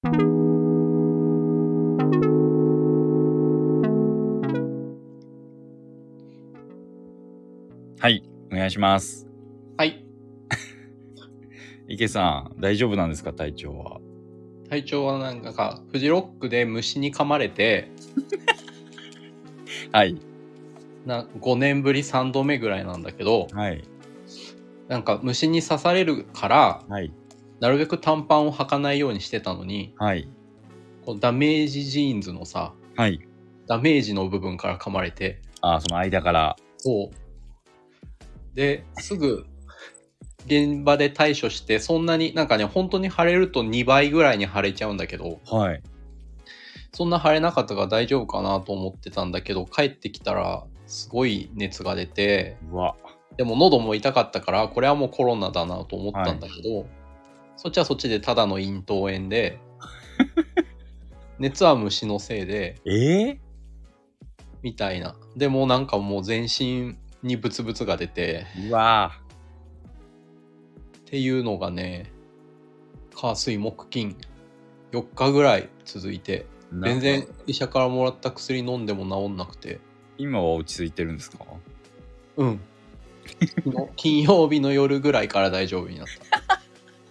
はい、お願いします。 はい。 池さん、大丈夫なんですか、体調は。 体調はなんか、フジロックで虫に噛まれて、 はい。 5年ぶり3度目ぐらいなんだけど、 はい。 なんか虫に刺されるから、 はい。 なるべく短パンを履かないようにしてたのに、 はい。 こうダメージジーンズのさ、 はい。 ダメージの部分から噛まれて、 その間から。 そう。で、すぐ現場で対処して、そんなになんかね、本当に腫れると2倍ぐらいに腫れちゃうんだけど、 はい。 そんな腫れなかったから大丈夫かなと思ってたんだけど、帰ってきたらすごい熱が出て、 うわ。 でも喉も痛かったから、これはもうコロナだなと思ったんだけど、そっちはそっちでただの咽頭炎で、熱は虫のせいで、みたいな。でもなんかもう全身にブツブツが出て、 うわっていうのがね、火水木金4日ぐらい続いて、全然医者からもらった薬飲んでも治んなくて。 今は落ち着いてるんですか？ うん。金曜日の夜ぐらいから大丈夫になった。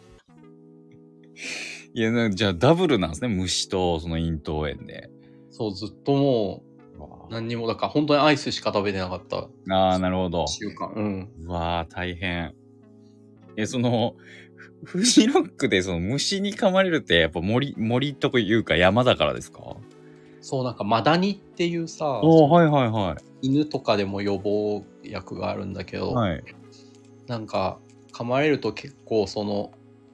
いや、じゃあダブルなんですね、虫とその咽頭炎で。 そう、ずっともう、何にも、だから本当にアイスしか食べてなかった。 なるほど。 週間。うん。 うわー、大変。その、フジロックでその虫に噛まれるってやっぱ森というか山だからですか？ そう、なんかマダニっていうさ、 はいはいはい。 犬とかでも予防薬があるんだけど、 はい。 なんか噛まれると結構その、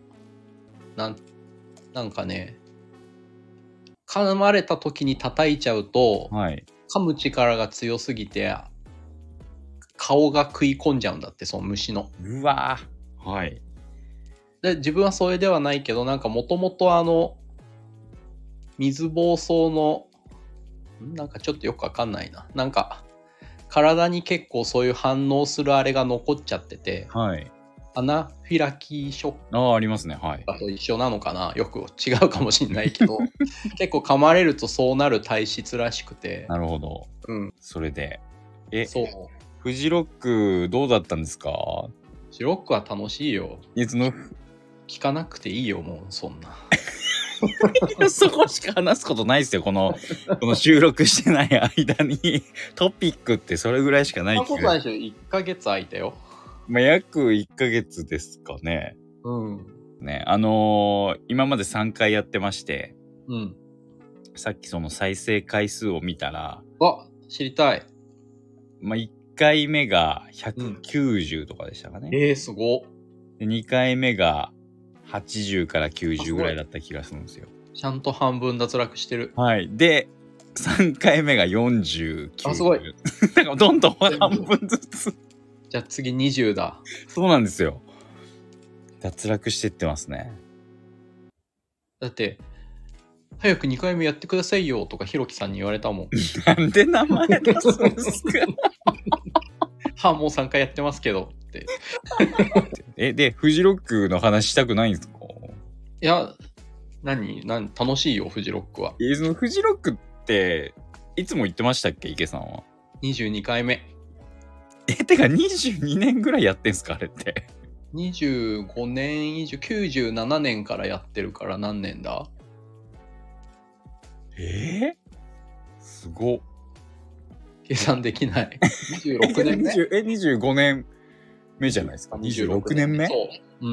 なんかね、噛まれた時に叩いちゃうと、 はい。 噛む力が強すぎて、顔が食い込んじゃうんだって、その虫の。 うわー。はい。 で、自分はそれではないけど、なんかもともと水疱瘡の、なんかちょっとよくわかんないな。なんか、体に結構そういう反応するあれが残っちゃってて、 はい。 アナフィラキーショックありますね。はい。 と一緒なのかな、よく違うかもしれないけど、結構噛まれるとそうなる体質らしくて。 なるほど。 うん。 それで。 そう。 フジロックどうだったんですか？ ジロックは楽しいよ。 その聞かなくていいよ、もう、そんな。 そこしか話すことないですよ。この収録してない間にトピックってそれぐらいしかないそんなことないでしょ。1ヶ月空いたよ。 約1ヶ月ですかね。 うん。 ね、今まで3回やってまして、 うん。 さっきその再生回数を見たら、 知りたい。 1回目が190とかでしたかね。 すごっ。 で2回目が80から90ぐらいだった気がするんですよ。 ちゃんと半分脱落してる。 はい。で、3回目が49。 すごい。 だからどんどん半分ずつ。 じゃあ次20だ。 そうなんですよ。脱落してってますね。 だって、早く2回目やってくださいよとかひろきさんに言われたもん。 なんで名前出すんですか？ もう3回やってますけどって。 で、フジロックの話したくないんですか？ いや、楽しいよ、フジロックは。 そのフジロックって、いつも言ってましたっけ、池さんは。 22回目。 てか22年ぐらいやってんすか、あれって。 25年以上、97年からやってるから何年だ？ すごっ。 計算できない。26年目 25年目じゃないですか。26年目？ そう。うん。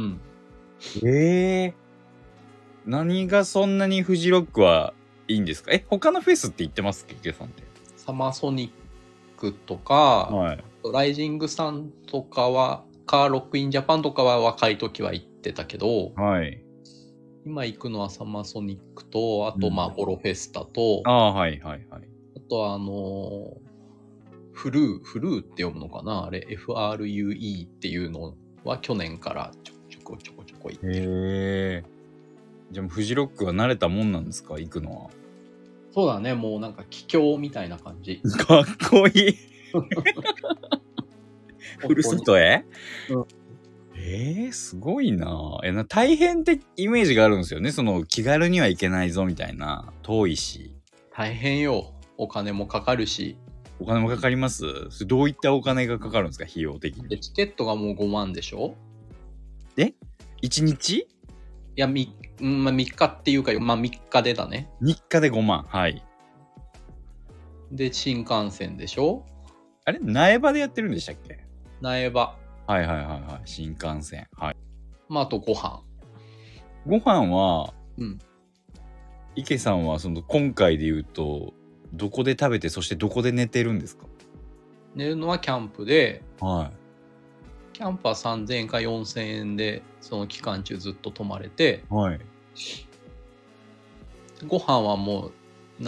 何がそんなにフジロックはいいんですか？他のフェスって言ってますっけ、池さんって。 サマーソニックとか、 はい、 ライジングさんとかは、ロックインジャパンとかは若い時は行ってたけど、 はい、 今行くのはサマーソニックと、あとボロフェスタと、 はいはいはい。 あとはフルーって読むのかな、あれ FRUE っていうのは去年からちょこちょこ行ってる。 じゃあフジロックは慣れたもんなんですか、行くのは。 そうだね、もうなんか帰郷みたいな感じ。 かっこいい。ふるさとへ？ すごいな。大変ってイメージがあるんですよね。その気軽には行けないぞみたいな。遠いし。 大変よ。お金もかかるし。 お金もかかります？それどういったお金がかかるんですか、費用的で、 に。 チケットがもう5万でしょ？ 1日？ いや、まあ、3日っていうか、まあ3日でだね。 3日で5万。はい。 で、新幹線でしょ？ あれ苗場でやってるんでしたっけ？ 苗場。 はいはいはいはい。新幹線。はい。 まあ、あとご飯。 ご飯は、 うん。 池さんはその今回で言うと、どこで食べて、そしてどこで寝てるんですか？ 寝るのはキャンプで、 はキャンプは3000円か4000円で、その期間中ずっと泊まれて、 い。はい。 ご飯はもう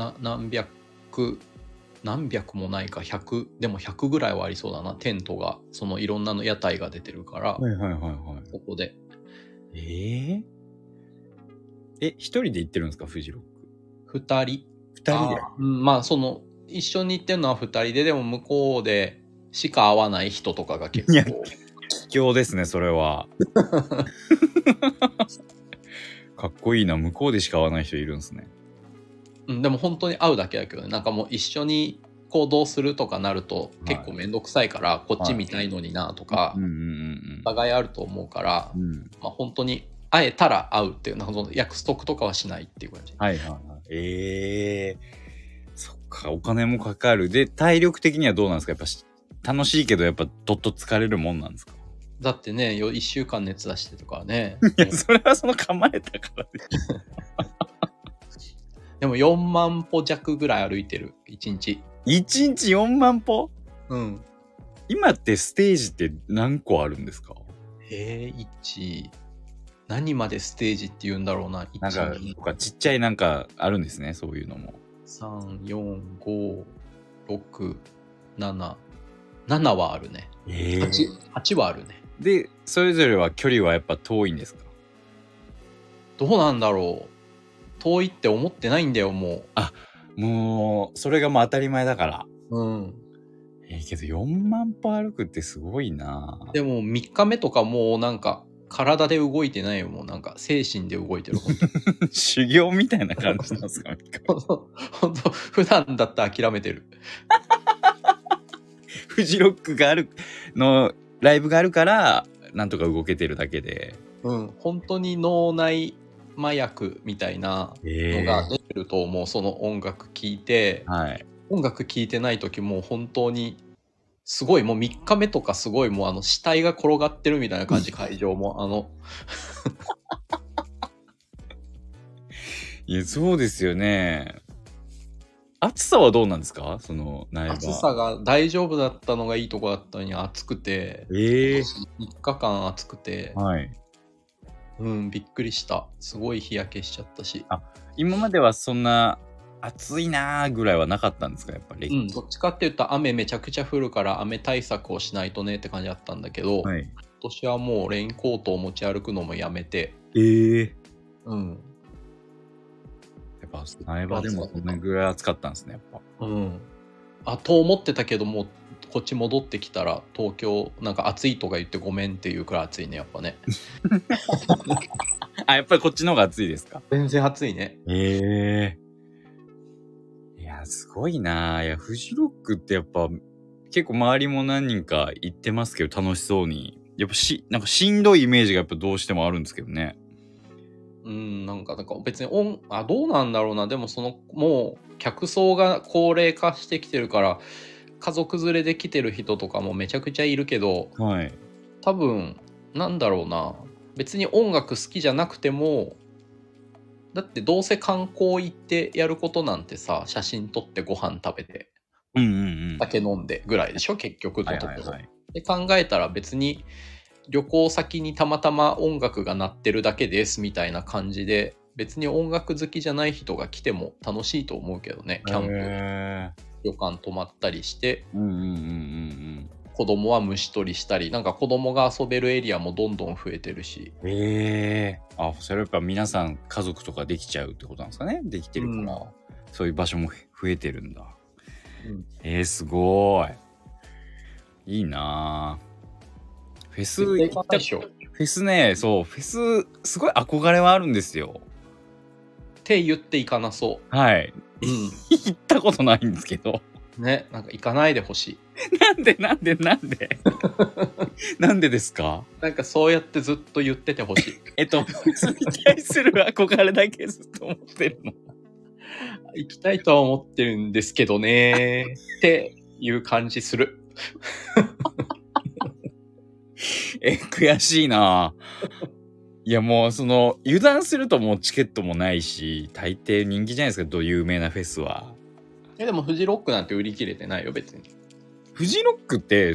何百もないか、100、でも100ぐらいはありそうだな。テントが、そのいろんなの屋台が出てるから、 はいはいはいはそこで。 い。一人で行ってるんですか、フジロック？ 2人。 二人で？ まあ、一緒に行ってるのは2人で、でも向こうでしか会わない人とかが結いや構。 貴重ですね、それは。かっこいいな、向こうでしか会わない人いるんですね。 でも本当に会うだけだけどね、なんかもう一緒に行動するとかなると結構めんどくさいから、こっち見たいのになとか、お互いあると思うから、まあ本当に会えたら会うっていう、なんかその約束とかはしないっていう感じ。 はいはいはい。そっか、お金もかかる。で、体力的にはどうなんですか？やっぱ楽しいけど、やっぱどっと疲れるもんなんですか？ だってね、1週間熱出してとかね。 いや、それはその構えたからで。 でも4万歩弱ぐらい歩いてる、1日。 1日4万歩？ うん。 今ってステージって何個あるんですか？ 何までステージって言うんだろうな。 なんか、とかちっちゃいなんかあるんですね、そういうのも。 3、4、5、6、7。7はあるね。8はあるね。 で、それぞれは距離はやっぱ遠いんですか？ どうなんだろう。遠いって思ってないんだよ、もう。もう、それがもう当たり前だから。 うん。 けど4万歩歩くってすごいな。 でも3日目とかもうなんか体で動いてないよ、もうなんか精神で動いてる。 修行みたいな感じなんですか？ 本当普段だったら諦めてる。 フジロックがあるのライブがあるからなんとか動けてるだけで。 本当に脳内麻薬みたいなのが出てると思う。その音楽聴いて、 はい。 音楽聴いてない時も本当にすごい、もう3日目とかすごいもう死体が転がってるみたいな感じ。会場もいや、そうですよね。暑さはどうなんですか？その苗場。 暑さが大丈夫だったのがいいとこだったのに暑くて、3日間暑くて、 はい。 びっくりした。すごい日焼けしちゃったし。 今まではそんな暑いなーぐらいはなかったんですか？やっぱり。 どっちかって言ったら雨めちゃくちゃ降るから雨対策をしないとねって感じだったんだけど、 はい。 今年はもうレインコートを持ち歩くのもやめて、 やっぱ苗場でもそのぐらい暑かったんですね、やっぱ。 と思ってたけども、こっち戻ってきたら東京なんか暑いとか言ってごめんっていうくらい暑いね、やっぱね。 やっぱりこっちの方が暑いですか？ 全然暑いね。 いや、すごいな。いや、フジロックってやっぱ結構周りも何人か行ってますけど、楽しそうに。やっぱなんかしんどいイメージがやっぱどうしてもあるんですけどね。 なんか別にどうなんだろうな。でももう客層が高齢化してきてるから、家族連れで来てる人とかもめちゃくちゃいるけど、 はい。 多分なんだろうな。別に音楽好きじゃなくても、だってどうせ観光行ってやることなんてさ、写真撮ってご飯食べて、酒飲んでぐらいでしょ、結局のところ。で考えたら別に旅行先にたまたま音楽が鳴ってるだけですみたいな感じで、別に音楽好きじゃない人が来ても楽しいと思うけどね。キャンプ、旅館泊まったりして、子供は虫取りしたり、なんか子供が遊べるエリアもどんどん増えてるし。 それやっぱ皆さん家族とかできちゃうってことなんですかね。できてるから、そういう場所も増えてるんだ。すごい。いいなぁ。 フェス絶対行かないでしょ。っフェスね、そう、フェス、すごい憧れはあるんですよ。 て言って行かなそはい。 う。 行ったことないんですけど。 ね、なんか行かないでほしい。 なんでですか？ なんかそうやってずっと言っててほしい。 フェスに対する憧れだけずっと思ってるの。 行きたいとは思ってるんですけどねっていう感じする。 悔しいな。いやもう油断するともうチケットもないし、大抵人気じゃないですか、有名なフェスは。 でもフジロックなんて売り切れてないよ、別に。 フジロックって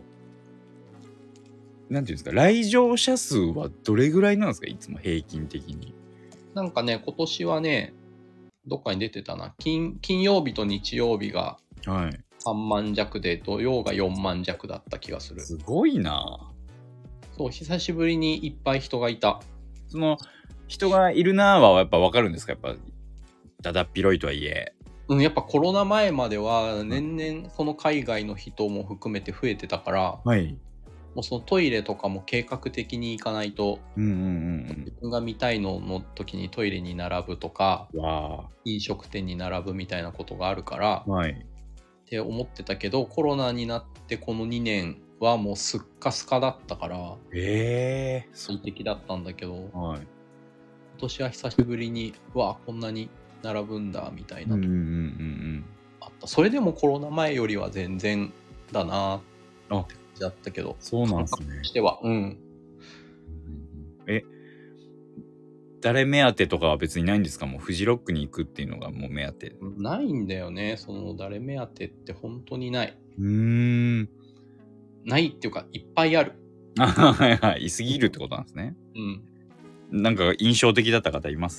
なんていうんですか、来場者数はどれぐらいなんですか、いつも平均的に。 なんかね、今年はね、どっかに出てたな。金曜日と日曜日がはい。 3万弱で、土曜が4万弱だった気がする。 すごいな。 そう、久しぶりにいっぱい人がいた。 人がいるなーはやっぱ分かるんですか、やっぱだだっ広いとはいえ。 やっぱコロナ前までは年々その海外の人も含めて増えてたから、 はい。 もうそのトイレとかも計画的に行かないと、 うん自分が見たいのの時にトイレに並ぶとか、 わ飲食店に並ぶみたいなことがあるからー。はい。 って思ってたけど、コロナになってこの2年はもうすっかすかだったから最適だったんだけど、 はい。 今年は久しぶりにこんなに並ぶんだみたいなのあった。それでもコロナ前よりは全然だなって感じだったけど、 そうなんですね。 感覚としては誰目当てとかは別にないんですか？もうフジロックに行くっていうのがもう目当て。 ないんだよね。その誰目当てって本当にない。ないっていうか、いっぱいある。 はいはい。いすぎるってことなんですね。なんか印象的だった方います？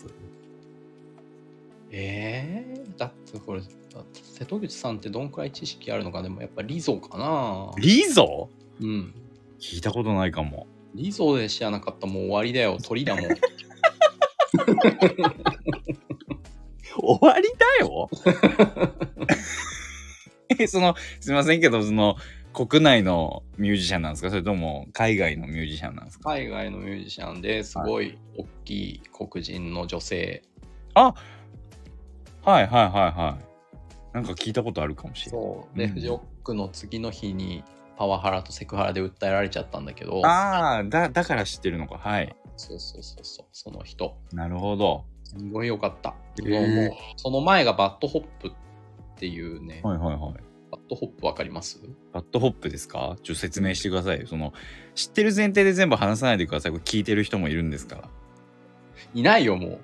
だってこれ、瀬戸口さんってどんくらい知識あるのか。でもやっぱリゾかな。 リゾ？ 聞いたことないかも。 リゾで知らなかったらもう終わりだよ。鳥だもん。 終わりだよ。すいませんけど、国内のミュージシャンなんですか？それとも海外のミュージシャンなんですか？ 海外のミュージシャンですごい大きい黒人の女性。 あ、はいはいはいはい。なんか聞いたことあるかもしれない。 そうで、フジロックの次の日にパワハラとセクハラで訴えられちゃったんだけど。 だから知ってるのか。はい。 そう、その人。 なるほど。 すごい良かった。もうその前がバッドホップっていうね。 はいはいはい。 バッドホップわかります？ バッドホップですか？ちょっと説明してくださいよ。知ってる前提で全部話さないでください。これ聞いてる人もいるんですから。 いないよ、もう。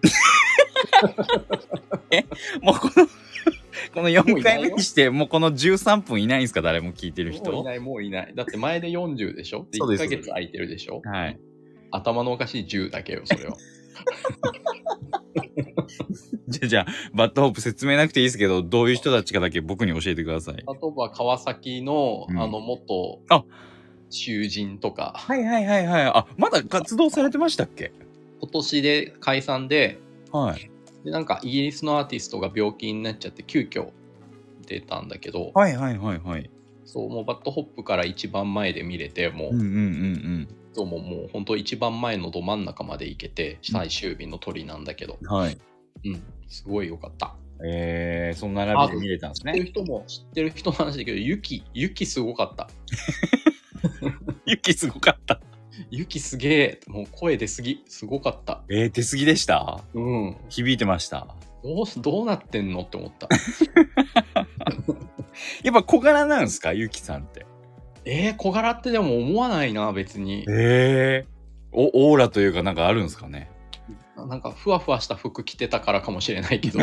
もうこの4回目にして、もうこの13分いないんですか？誰も聞いてる人。 もういない。だって前で40でしょ？で、1 そうですヶ月空いてるでしょ？ はい。 頭のおかしい10だけよ、それは。 じゃあ、バッドホップ説明なくていいですけど、どういう人たちかだけ僕に教えてください。 バッドホップは川崎の、元囚人とか。 はい。あ、まだ活動されてましたっけ？ 今年で解散で、 はい。 で、なんかイギリスのアーティストが病気になっちゃって急遽出たんだけど、 はい。 そう、もうバッドホップから一番前で見れて、もう、そうもう本当一番前のど真ん中まで行けて、最終日の鳥なんだけど、 はい。 すごい良かった。 そんな並びで見れたんですね。 知ってる人の話だけど、雪すごかった。 雪すごかった。 雪すげえ。もう声出すぎ。すごかった。 出すぎでした？響いてました。 どうなってんのって思った。 やっぱ小柄なんですか？雪さんって。 小柄ってでも思わないな、別に。 オーラというかなんかあるんですかね？ なんかふわふわした服着てたからかもしれないけど。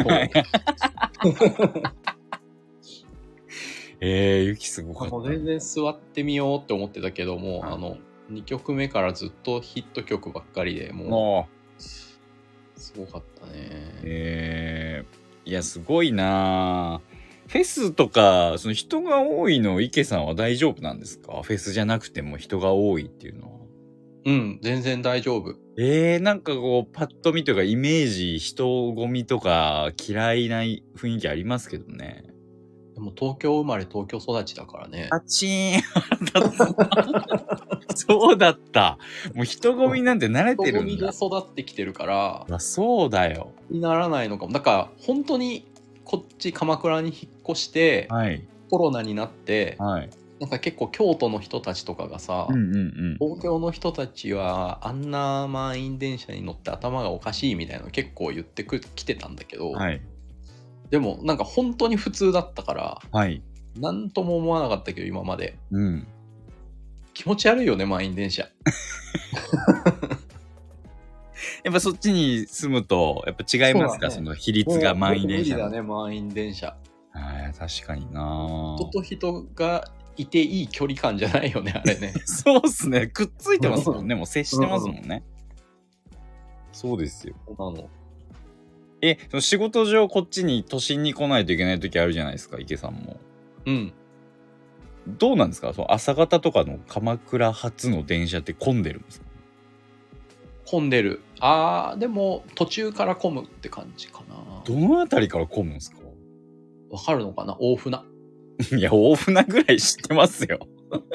雪すごかった。 もう全然座ってみようって思ってたけども、2曲目からずっとヒット曲ばっかりでもうすごかったね。 いやすごいな。フェスとか人が多いの池さんは大丈夫なんですか？フェスじゃなくても人が多いっていうのは。 全然大丈夫。 なんかこうパッと見というかイメージ人混みとか嫌いな雰囲気ありますけどね。 でも東京生まれ東京育ちだからね。 あちーん。 そうだった。もう人混みなんて慣れて人混みでるんだ。 育ってきてるから、 あ、そうだよ。 にならないのかも。だから本当にこっち鎌倉に引っ越して、 はい。 コロナになって、 はい。 なんか結構京都の人たちとかがさ、 うんうんうん。 東京の人たちはあんな満員電車に乗って頭がおかしいみたいなの結構言ってきてたんだけど、 はい。 でもなんか本当に普通だったからはい。 何とも思わなかったけど、今までうん。 気持ち悪いよね、満員電車。 やっぱそっちに住むと、やっぱ違いますか？その比率が満員電車の。 無理だね、満員電車。 はい、確かにな。 人と人がいていい距離感じゃないよね、あれね。 そうっすね。くっついてますもんね。もう接してますもんね。そうですよ。 そうなの。 その仕事上こっちに都心に来ないといけない時あるじゃないですか、池さんも。 うん。 どうなんですか？その朝方とかの鎌倉発の電車って混んでるんですか？ 混んでる。でも途中から混むって感じかな。 どのあたりから混むんですか？ わかるのかな、大船。 いや、大船ぐらい知ってますよ。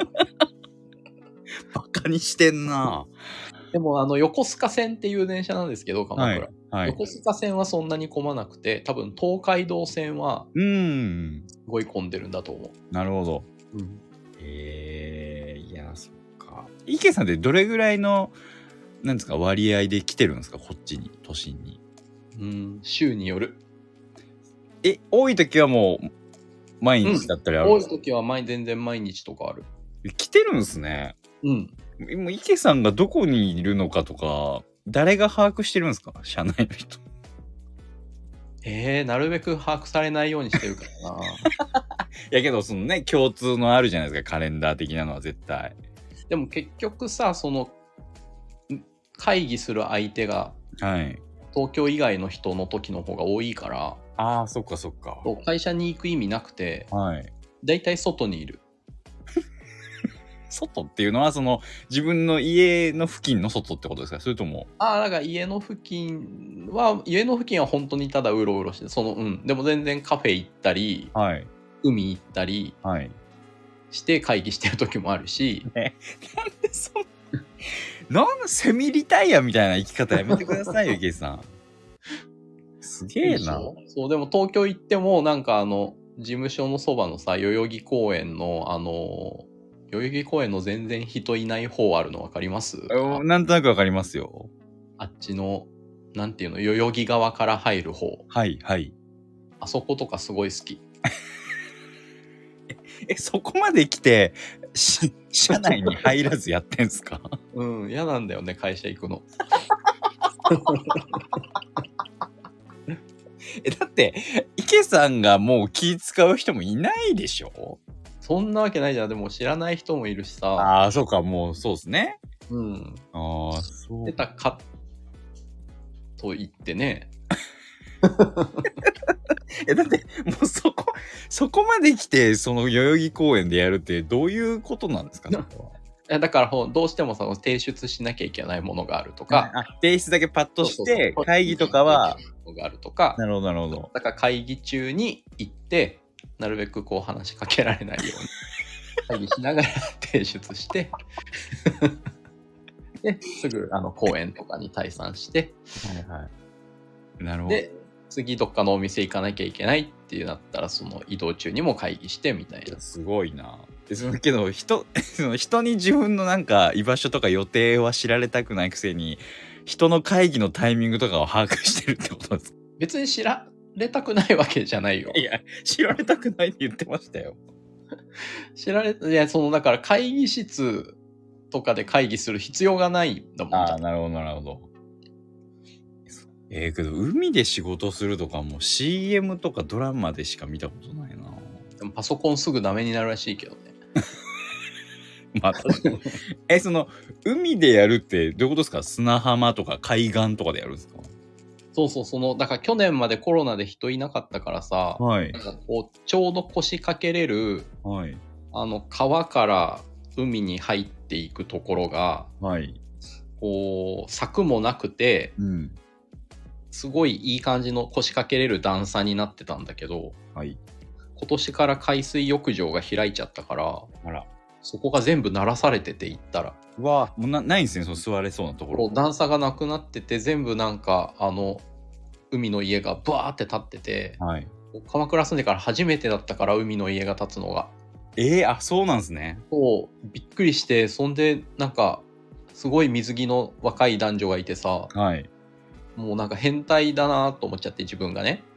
バカにしてんな。 でも横須賀線っていう電車なんですけど、鎌倉。 はい。はい。 横須賀線はそんなに混まなくて、多分東海道線はすごい混んでるんだと思う。 なるほど。 うん。 いや、そっか。池さんってどれぐらいの、なんですか、割合で来てるんですか、こっちに、都心に。 週による。 多い時はもう、毎日だったりあるん多いですか？ 時は全然毎日とかある。 来てるんですね。 うん。 もう池さんがどこにいるのかとか、誰が把握してるんですか、社内の人。 なるべく把握されないようにしてるからな。 いやけど、そのね、共通のあるじゃないですか、カレンダー的なのは絶対。 でも結局さ、会議する相手がはい。 東京以外の人の時の方が多いから、 ああ、そっかそっか。 会社に行く意味なくて、 はい。 だいたい外にいる。 外っていうのは、その、自分の家の付近の外ってことですか？それとも。 だから家の付近は本当にただうろうろして、でも全然カフェ行ったり、 はい。 海行ったりはい。 して会議してる時もあるし、 なんでなんでセミリタイヤみたいな生き方やめてくださいよ、池さん。すげえな。 そう、でも東京行っても、なんか事務所のそばのさ、代々木公園の全然人いない方あるの分かります？ なんとなくわかりますよ。 あっちの、なんていうの、代々木側から入る方。 はいはい。 あそことかすごい好き。 そこまで来て、社内に入らずやってんすか？ 嫌なんだよね、会社行くの。 だって、池さんがもう気使う人もいないでしょ？ そんなわけないじゃん。でも知らない人もいるしさ。 ああ、そうか、もうそうですね。ああ、そう。 出たかと言ってね。 だって、もうそこまで来て、その代々木公園でやるってどういうことなんですか？ だからどうしても提出しなきゃいけないものがあるとか、 提出だけパッとして、会議とかは、 があるとか、 なるほど、なるほど。 だから会議中に行って、なるべく話しかけられないように、会議しながら提出して、ですぐ公園とかに退散して、 はいはい。なるほど。 で、次どっかのお店行かなきゃいけないってなったら、その移動中にも会議してみたいな。 すごいな。けど人に自分のなんか居場所とか予定は知られたくないくせに、人の会議のタイミングとかを把握してるってことですか？ 別に知られたくないわけじゃないよ。 いや、知られたくないって言ってましたよ。 だから会議室とかで会議する必要がないんだもん。 ああ、なるほど、なるほど。けど海で仕事するとかも CM とかドラマでしか見たことないな。 でもパソコンすぐダメになるらしいけどね。 まあ確かに。海でやるってどういうことですか？砂浜とか海岸とかでやるんですか？ そう、だから去年までコロナで人いなかったからさ、 はい。 なんかちょうど腰掛けれる、 はい。 川から海に入っていくところが、 はい。 柵もなくて、 うん。 すごいいい感じの腰掛けれる段差になってたんだけど、 はい。 今年から海水浴場が開いちゃったから、 あら。 そこが全部鳴らされてて、行ったら。 うわもうないんですね、その座れそうなところ。 段差がなくなってて、全部なんか、海の家がブワーって建ってて、 はい。 鎌倉住んでから初めてだったから、海の家が建つのが。 あ、そうなんですね。 そう、びっくりして、そんで、なんか、すごい水着の若い男女がいてさ、 はい。 もうなんか変態だなと思っちゃって、自分がね。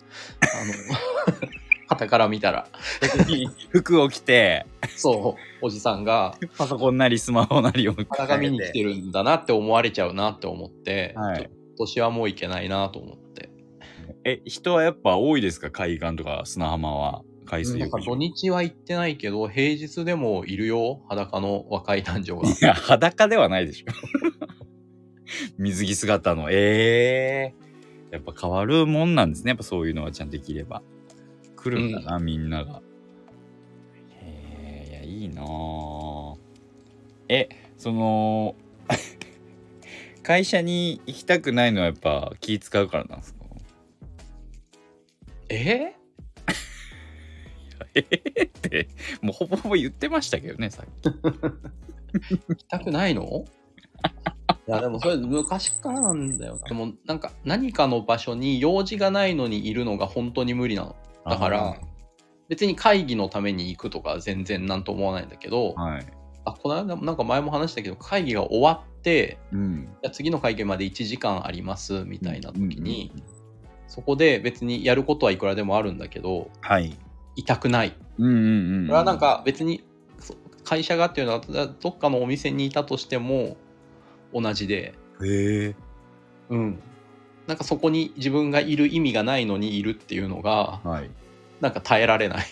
傍から見たら。 服を着て、 そう、おじさんが、 パソコンなりスマホなりを裸見に来てるんだなって思われちゃうなって思って、 はいちょっと今年はもう行けないなと思って。 人はやっぱ多いですか、海岸とか砂浜は。海水なんか浴場。 土日は行ってないけど、平日でもいるよ、裸の若い男女が。 いや、裸ではないでしょ。水着姿の。やっぱ変わるもんなんですね。やっぱそういうのがちゃんとできれば。来るんだな、みんなが。いや、いいなぁ。その、会社に行きたくないのはやっぱ気使うからなんですか？ってもうほぼほぼ言ってましたけどね、さっき。 行きたくないの？いやでもそれ昔からなんだよな。でもなんか何かの場所に用事がないのにいるのが本当に無理なの。だから別に会議のために行くとか全然なんと思わないんだけど、 はい。 この間なんか前も話したけど、会議が終わって、 うん。 じゃあ次の会議まで1時間ありますみたいな時に、 うんうんうんそこで別にやることはいくらでもあるんだけど、 はい。 いたくない。 うんうんうん。 これはなんか別に会社がっていうのはどっかのお店にいたとしても同じで、 へえ。 うん。なんかそこに自分がいる意味がないのにいるっていうのが、 はい。 なんか耐えられない。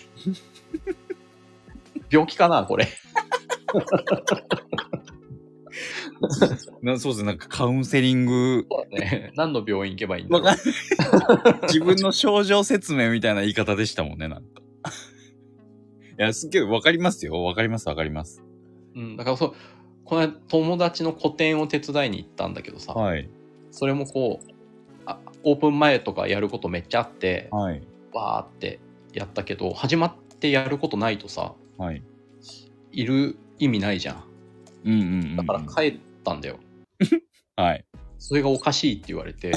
病気かなこれ。 そうですね、なんかカウンセリング。 そうだね。何の病院行けばいいんだろう。 わかん自分の症状説明みたいな言い方でしたもんね、なんか。いや、すっげえわかりますよ。わかります、わかります。 うん。だからこの間友達の個展を手伝いに行ったんだけどさ、 はい。 それもこう、オープン前とかやることめっちゃあって、 はい。 わーってやったけど、始まってやることないとさ、 はい。 いる意味ないじゃん。 うんうんうん、うん。 だから帰ったんだよ。 はい。 それがおかしいって言われて。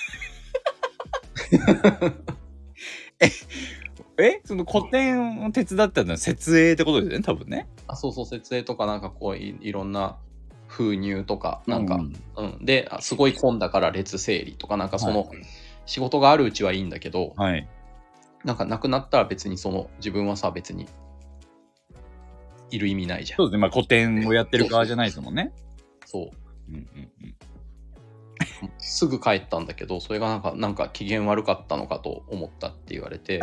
その個展を手伝ったのは設営ってことですよね、多分ね。 そうそう、設営とかなんかこういろんな封入とか、なんか、で、すごい混んだから列整理とか、なんかその、仕事があるうちはいいんだけど、 はい。 なんかなくなったら別に自分はさ、別にいる意味ないじゃん。 そうですね、まあ個展をやってる側じゃないですもんね。 そう。 うんうんうん。 すぐ帰ったんだけど、それがなんか機嫌悪かったのかと思ったって言われて。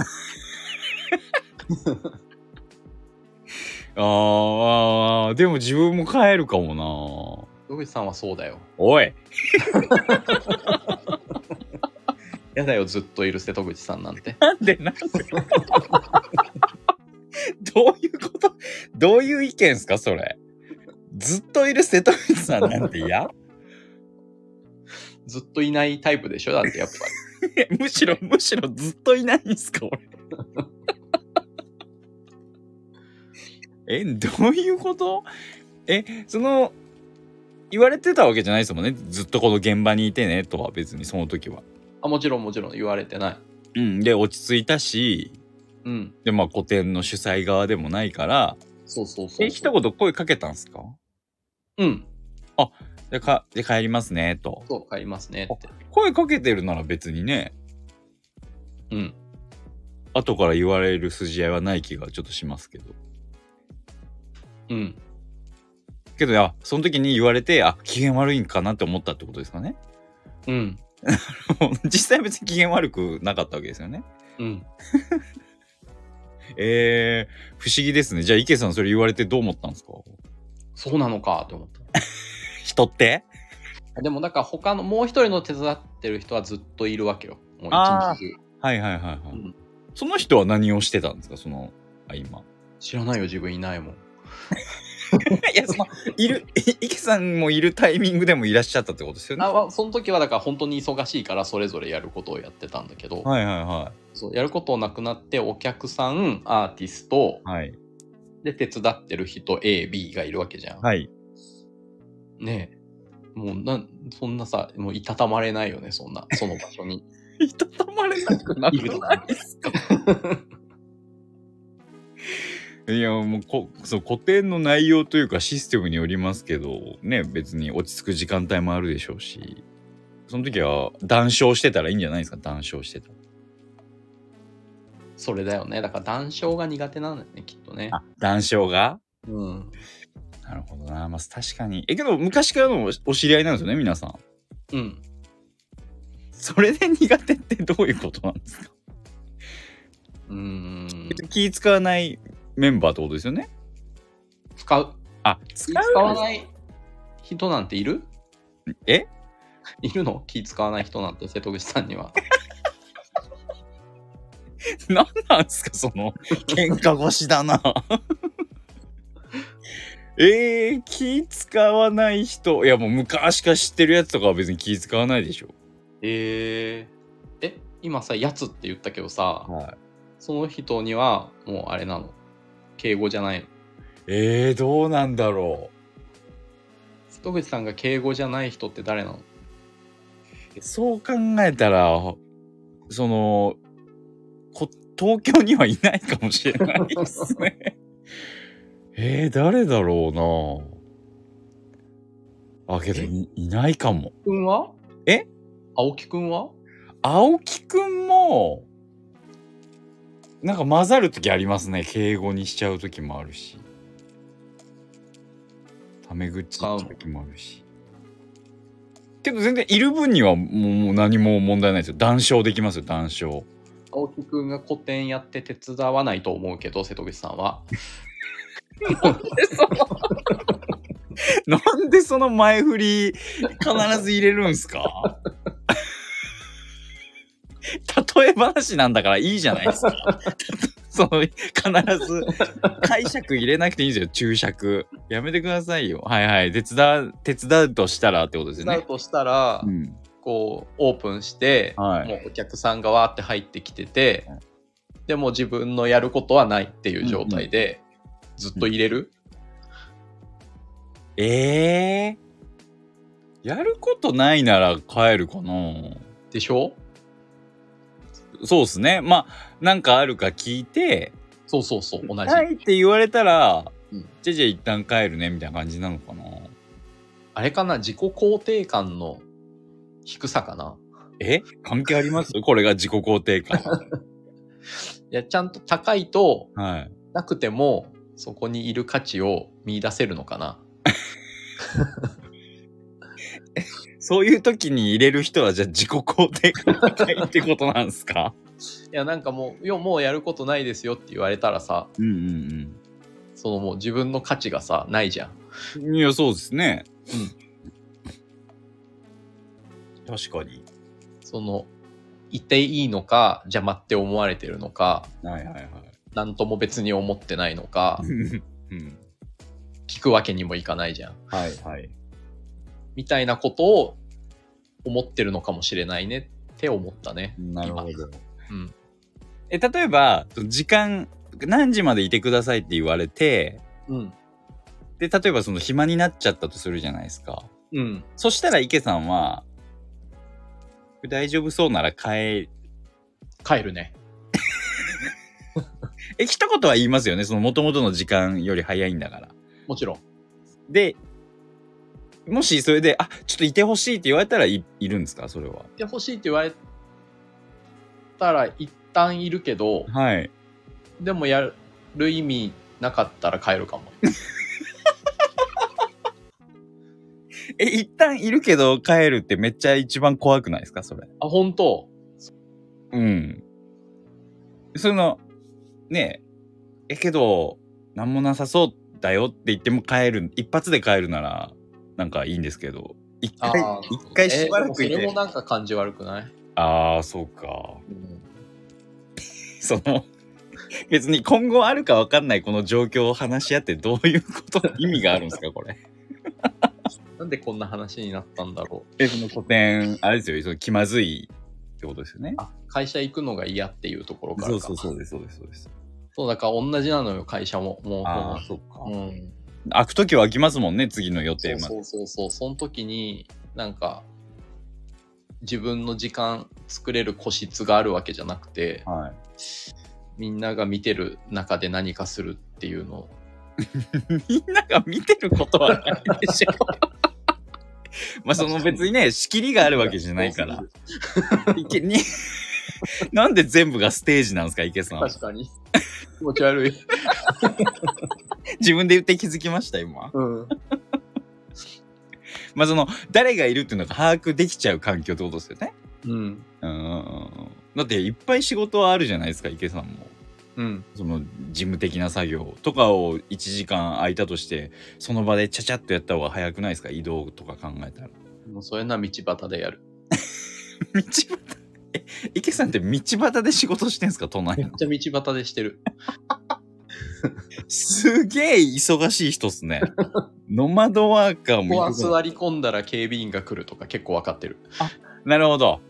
でも自分も帰るかもな。 野口さんはそうだよ。 おいやだよ、ずっといる瀬戸口さんなんて。 なんでどういうことどういう意見すかそれ。ずっといる瀬戸口さんなんて嫌ずっといないタイプでしょだってやっぱり。むしろずっといないんすか俺。どういうこと言われてたわけじゃないですもんね。ずっとこの現場にいてねとは別にその時は。 もちろん言われてない。 うん。で、落ち着いたし、 うん。 で、まあ個展の主催側でもないから、 そう。 一言声かけたんすか？ うん。 で帰りますね、と。 そう、帰りますねって。 声かけてるなら別にね、 うん。 後から言われる筋合いはない気がちょっとしますけど。 うん。 けど、その時に言われて、機嫌悪いんかなって思ったってことですかね。 うん。 実際別に機嫌悪くなかったわけですよね。 うん。 不思議ですね。じゃあ池さんそれ言われてどう思ったんですか？ そうなのかって思った。 人ってでもなんか他のもう一人の手伝ってる人はずっといるわけよ。もう一日中。 はい。その人は何をしてたんですか？今。 知らないよ、自分いないもん。 いや、池さんもいるタイミングでもいらっしゃったってことですよね。 その時はだから本当に忙しいからそれぞれやることをやってたんだけど、 はい。 そうやることなくなってお客さん、アーティスト、 はい。 で、手伝ってる人 A、B がいるわけじゃん。 はい。 ねえ。もうそんなさ、もういたたまれないよね、その場所に。 いたたまれなくなくないですか？いや、もうそう古典の内容というかシステムによりますけど、ね、別に落ち着く時間帯もあるでしょうし、その時は談笑してたらいいんじゃないですか、談笑してたら。 それだよね。だから談笑が苦手なんだよね、きっとね。 あ、談笑が？ うん。 なるほどな。まあ確かに。けど昔からのお知り合いなんですよね、皆さん。 うん。 それで苦手ってどういうことなんですか？気使わないメンバーってことですよね。 使う。 あ、 使わない人なんている？ え？ いるの？気使わない人なんて瀬戸口さんには。 なんなんですかその喧嘩腰だな。気使わない人。いやもう昔から知ってるやつとかは別に気使わないでしょ。 今さ、やつって言ったけどさ、 はい。 その人にはもうあれなの？敬語じゃないの？ どうなんだろ瀬戸口さんが敬語じゃない人って誰なの？ う。そう考えたら、その、東京にはいないかもしれないですね。誰だろうな。けどいないかも。 くんは？青木くんは？ 青木くんも、なんか混ざるときありますね。敬語にしちゃうときもあるし。タメ口使うときもあるし。けど全然いる分にはもう何も問題ないですよ。談笑できますよ、談笑。 青木くんが古典やって手伝わないと思うけど、瀬戸口さんは。 なんでその前振り必ず入れるんすか？例え話なんだからいいじゃないですか。その必ず解釈入れなくていいんですよ。注釈やめてくださいよ。はいはい。手伝うとしたらってことですよね。 手伝うとしたら、こうオープンして、もうお客さんがわーって入ってきてて、でも自分のやることはないっていう状態で、ずっと入れる？ やることないなら帰るかな。 でしょ？ そうっすね。まあなんかあるか聞いて、 そう同じ。 はいって言われたら、じゃあ一旦帰るねみたいな感じなのかな。 あれかな、自己肯定感の低さかな。 関係あります？これが自己肯定感。 いや、ちゃんと高いと、 はい、 なくてもそこにいる価値を見出せるのかな。 そういう時に入れる人はじゃあ自己肯定感高いってことなんですか？ いや、なんかもうやることないですよって言われたらさ、そのもう自分の価値がさないじゃん。いや、そうですね。確かに。そのいていいのか邪魔って思われてるのか、なんとも別に思ってないのか、聞くわけにもいかないじゃん。みたいなことを思ってるのかもしれないねって思ったね。 なるほど。例えば時間何時までいてくださいって言われて、で例えばその暇になっちゃったとするじゃないですか。そしたら池さんは大丈夫そうなら帰るね。 一言は言いますよね。その元々の時間より早いんだから。 もちろん。 でもしそれでちょっといてほしいって言われたら いるんですか？それは。 いてほしいって言われたら一旦いるけど、でもやる意味なかったら帰るかも。 一旦いるけど帰るってめっちゃ一番怖くないですか？それ。 本当？ そのねけどなんもなさそうだよって言っても一発で帰るならなんかいいんですけど、一回しばらくいて、 それもなんか感じ悪くない？ そうか。その別に今後あるか分かんないこの状況を話し合ってどういうこと意味があるんですかこれ。 なんでこんな話になったんだろう。 その古典あれですよ、その気まずいってことですよね。 会社行くのが嫌っていうところからか。 そうです。 そう、だから同じなのよ、会社も。もう、 ああ、そっか。 うん。 開くときは開きますもんね、次の予定まで。 そうそうそう。その時に、なんか、自分の時間作れる個室があるわけじゃなくて、 はい、 みんなが見てる中で何かするっていうの。 みんなが見てることはないでしょ。まあその別にね、仕切りがあるわけじゃないから。なんで全部がステージなんですか、池さん。 確かに。気持ち悪い。 自分で言って気づきました、今。 うん。 まあその、誰がいるっていうのが把握できちゃう環境ってことですよね。 うん。 だっていっぱい仕事はあるじゃないですか、池さんも。 うん。 その事務的な作業とかを1時間空いたとしてその場でちゃちゃっとやった方が早くないですか、移動とか考えたら。 もうそういうのは道端でやる。 道端池さんって道端で仕事してんすか、都内の。 めっちゃ道端でしてる。 すげえ忙しい人っすね。ノマドワーカーもここは座り込んだら警備員が来るとか結構分かってる。 あ、なるほど。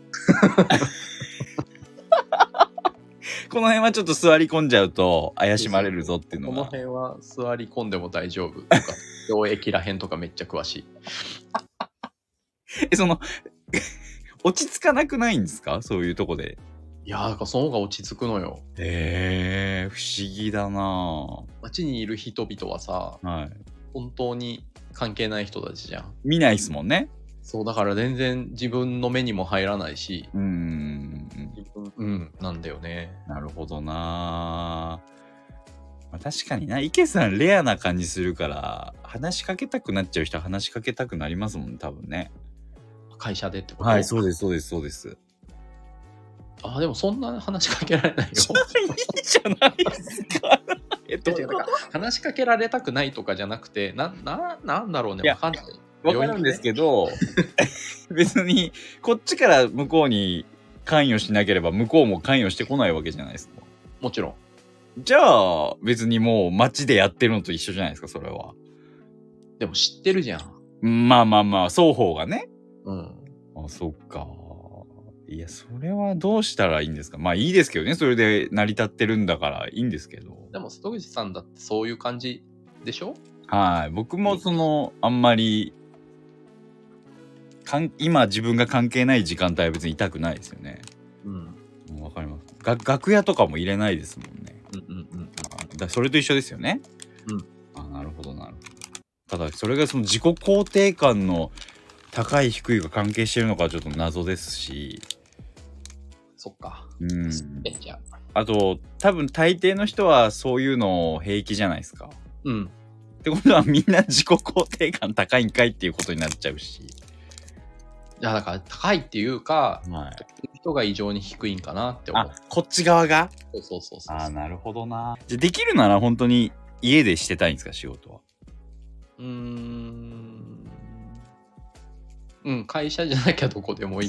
この辺はちょっと座り込んじゃうと怪しまれるぞっていうのが。 この辺は座り込んでも大丈夫とか、溶液らへんとかめっちゃ詳しい。 その落ち着かなくないんですか、そういうとこで。 いやー、だからその方が落ち着くのよ。 へえ、不思議だな。 街にいる人々はさ、 はい。 本当に関係ない人たちじゃん。 見ないっすもんね。 そう、だから全然自分の目にも入らないし、 うん、 なんだよね。 なるほどな。まあ、確かにな、池さんレアな感じするから話しかけたくなっちゃう人は話しかけたくなりますもんね、多分ね。 会社でってこと？ はい、そうですそうですそうです。 あ、でもそんな話しかけられないよ。 いいじゃないですか。 話しかけられたくないとかじゃなくて、なんだろうね、わかんない。 わかるんですけど、別にこっちから向こうに関与しなければ向こうも関与してこないわけじゃないですか。 もちろん。 じゃあ別にもう街でやってるのと一緒じゃないですか、それは。 でも知ってるじゃん。まあまあまあ、双方がね。 うん。 あ、そっか。いや、それはどうしたらいいんですか。まあいいですけどね、それで成り立ってるんだからいいんですけど。 でも瀬戸口さんだってそういう感じでしょ？ はい。僕もあんまり今自分が関係ない時間帯は別にいたくないですよね。うん。わかります。楽屋とかも入れないですもんね。それと一緒ですよね。うん。あ、なるほどなるほど。ただそれがその自己肯定感の高い低いが関係してるのかちょっと謎ですし。 そっか。 あと多分大抵の人はそういうの平気じゃないですか。うん。ってことはみんな自己肯定感高いんかいっていうことになっちゃうし。 いや、だから高いっていうか、はい、人が異常に低いんかなって思う。 あ、こっち側が？ そう。 あ、なるほどな。じゃできるなら本当に家でしてたいんですか、仕事は。 会社じゃなきゃどこでもいい。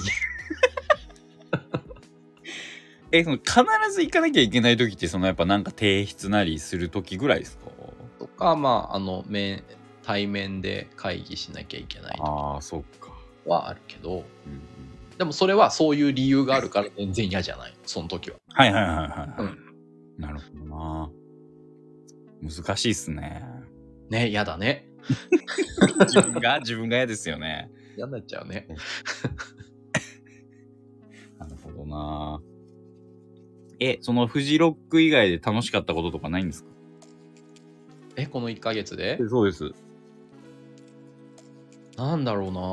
その必ず行かなきゃいけない時ってやっぱなんか提出なりする時ぐらいですか？ とか、まあ対面で会議しなきゃいけないとか。 ああ、そっか。 はあるけど、でもそれはそういう理由があるから全然嫌じゃない、その時は。 はい。なるほどな。難しいっすね。 ね、嫌だね。 自分が嫌ですよね。 嫌になっちゃうね。 なるほどな。そのフジロック以外で楽しかったこととかないんですか？ この1ヶ月で？ そうです。 なんだろう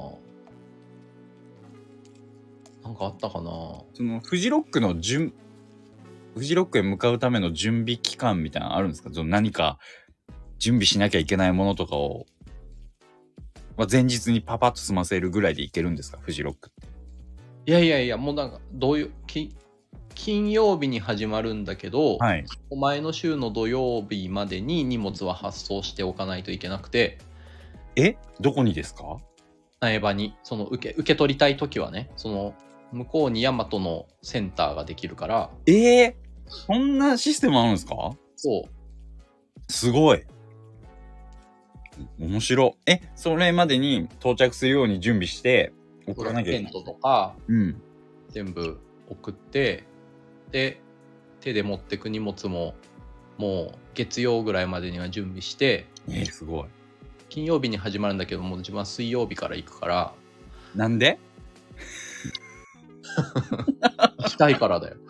な。なんかあったかな。 そのフジロックへ向かうための準備期間みたいなのあるんですか？何か準備しなきゃいけないものとかを、前日にパパッと済ませるぐらいでいけるんですか？フジロックって。 いや、もうなんか金曜日に始まるんだけど、はい、前の週の土曜日までに荷物は発送しておかないといけなくて。 どこにですか？ 苗場に。その受け取りたい時はね、その向こうにヤマトのセンターができるから。 そんなシステムあるんですか？ そう。 すごい。面白。それまでに到着するように準備して送らなきゃいけない。 テントとか、全部送って、で手で持ってく荷物ももう月曜ぐらいまでには準備して、 すごい。 金曜日に始まるんだけども、自分は水曜日から行くから。 なんで？ 行きたいからだよ。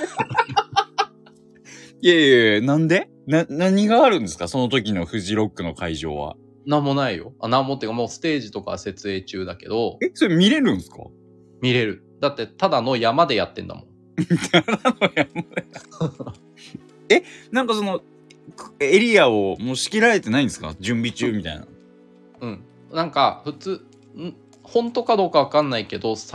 いや、なんで？何があるんですか、その時のフジロックの会場は。 なんもないよ。なんもっていうか、もうステージとかは設営中だけど。 それ見れるんですか？ 見れる。だってただの山でやってんだもん。 ただの山で。なんかそのエリアをもう仕切られてないんですか？準備中みたいな。 うん。なんか普通本当かどうかわかんないけど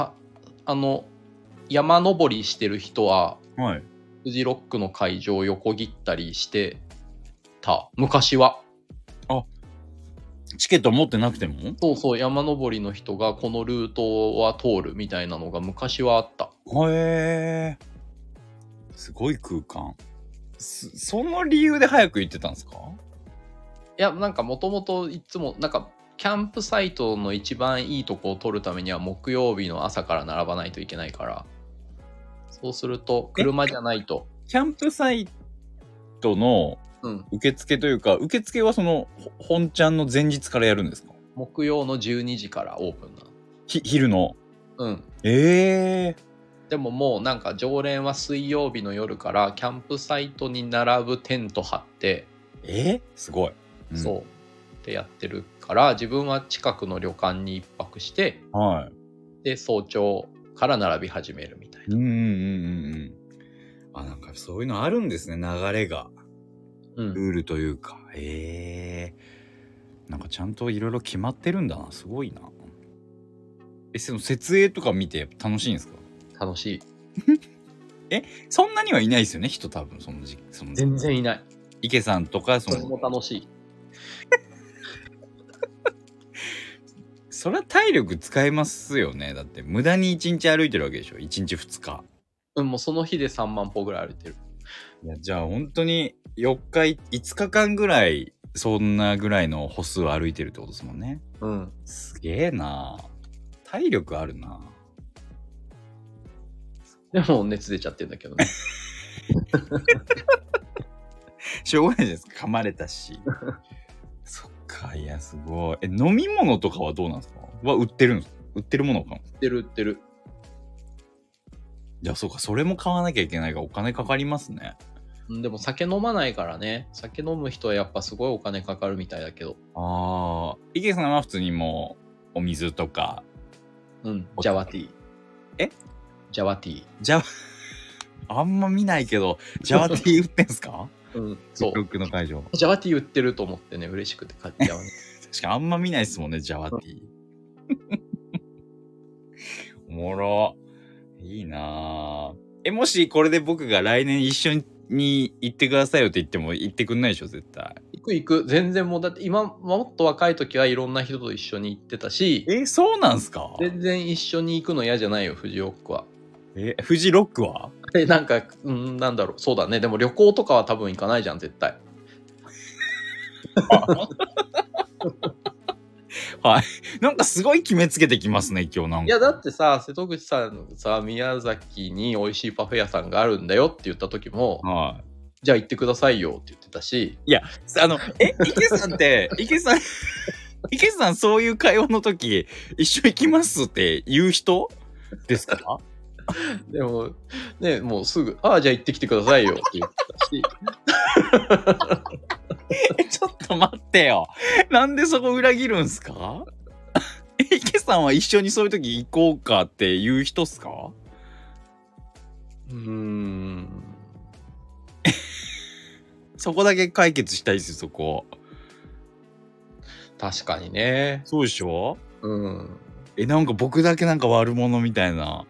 山登りしてる人は、 はい、 フジロックの会場を横切ったりしてた、昔は。 あ、チケット持ってなくても？ そうそう、山登りの人がこのルートは通るみたいなのが昔はあった。 へえ、すごい空間。その理由で早く行ってたんですか？ いや、なんかもともといつもなんかキャンプサイトの一番いいとこを取るためには木曜日の朝から並ばないといけないから、そうすると車じゃないと。 キャンプサイトの受付というか、受付はその本ちゃんの前日からやるんですか？ 木曜の12時からオープンなの。 昼の。 うん。 でももうなんか常連は水曜日の夜からキャンプサイトに並ぶテント張って、 すごい、 そうってやってるから、自分は近くの旅館に一泊して、 はい、 で早朝から並び始めるみたいな。 なんかそういうのあるんですね、流れが、ルールというか。なんかちゃんといろいろ決まってるんだな、すごいな。その設営とか見て楽しいんですか？ 楽しい。 そんなにはいないですよね、人多分その全然いない。 池さんとかそれも楽しい。 そりゃ体力使えますよね。だって無駄に1日歩いてるわけでしょ、1日2日。 もうその日で3万歩ぐらい歩いてる。 いや、じゃあ本当に4日5日間ぐらいそんなぐらいの歩数を歩いてるってことですもんね。すげえな。体力あるな。 でも熱出ちゃってるんだけどね。 しょうがないです。噛まれたし。そっか、いやすごい。飲み物とかはどうなんですか？売ってるんですか？売ってるものかな？ 売ってる。 じゃあそうか、それも買わなきゃいけないからお金かかりますね。 でも酒飲まないからね。酒飲む人はやっぱすごいお金かかるみたいだけど。 池さんは普通にもうお水とか。 ジャワティー。ジャワティー。 あんま見ないけど、ジャワティー売ってんすか？ そう。 ロックの会場。 ジャワティー売ってると思ってね、嬉しくて買っちゃうね。 確かにあんま見ないっすもんね、ジャワティー。おもろ。いいなぁ。もしこれで僕が来年一緒に行ってくださいよって言っても行ってくんないでしょ、絶対。 行く。全然もう、だって今、もっと若い時はいろんな人と一緒に行ってたし。 そうなんすか？ 全然一緒に行くの嫌じゃないよ、フジロックは。 フジロックは？ なんか、なんだろう、そうだね。でも旅行とかは多分行かないじゃん、絶対。 はい。なんかすごい決めつけてきますね、今日なんか。 いや、だってさ、瀬戸口さんさ、宮崎に美味しいパフェ屋さんがあるんだよって言った時も、じゃあ行ってくださいよって言ってたし。 いや、池さんって、池さんそういう会話の時、一緒行きますって言う人ですか？ でも、ね、もうすぐ、じゃあ行ってきてくださいよって言ってたし。 ちょっと待ってよ。なんでそこ裏切るんすか？池さんは一緒にそういう時行こうかって言う人っすか？そこだけ解決したいですよ、そこ。 確かにね。 そうでしょ？なんか僕だけなんか悪者みたいな。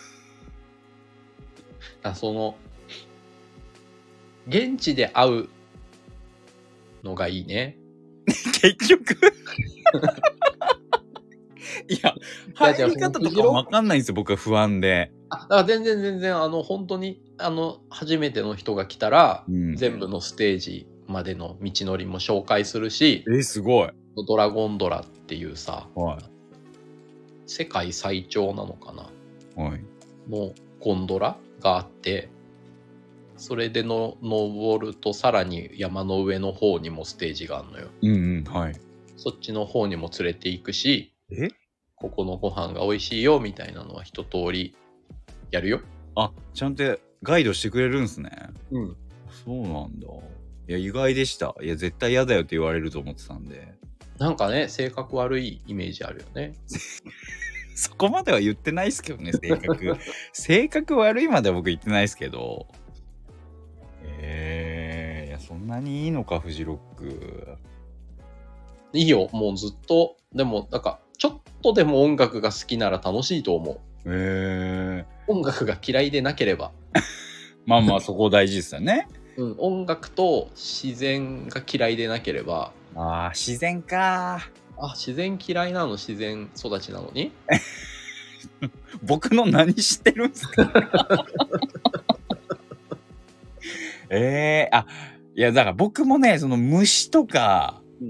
現地で会うのがいいね。 結局いや、入り方とかわかんないんですよ、僕は不安で。 だから全然、本当に、初めての人が来たら、全部のステージまでの道のりも紹介するし、 すごい。 ドラゴンドラっていうさ、世界最長なのかな、のゴンドラがあって、 それで登るとさらに山の上の方にもステージがあるのよ。 うんうん、はい。 そっちの方にも連れて行くし、ここのご飯が美味しいよみたいなのは一通りやるよ。 あ、ちゃんとガイドしてくれるんすね。 うん。 そうなんだ。いや、意外でした。いや、絶対嫌だよって言われると思ってたんで。 なんかね、性格悪いイメージあるよね。 そこまでは言ってないですけどね、性格。性格悪いまでは僕言ってないですけど。いや、そんなにいいのか、フジロック。 いいよ、もうずっと。でも、なんか、ちょっとでも音楽が好きなら楽しいと思う。音楽が嫌いでなければ。 まあまあ、そこ大事ですよね。 うん、音楽と自然が嫌いでなければ。 ああ、自然か。 あ、自然嫌いなの？自然育ちなのに僕の何知ってるんですか？あ、いや、だから僕もね、その虫とか、うん、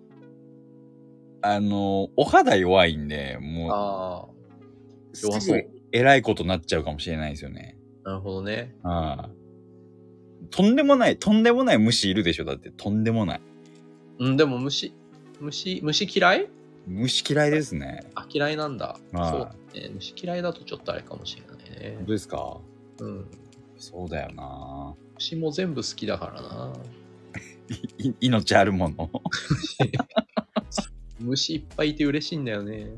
お肌弱いんで、もう、すぐ偉いことになっちゃうかもしれないですよね。 なるほどね。 とんでもない虫いるでしょ、だって、とんでもない。 うん、でも虫嫌い？ 虫嫌いですね。 あ、嫌いなんだ。そうね。虫嫌いだとちょっとあれかもしれないね。 本当ですか？ うん。 そうだよな。 虫も全部好きだからな。 命あるもの。 虫いっぱいいて嬉しいんだよね。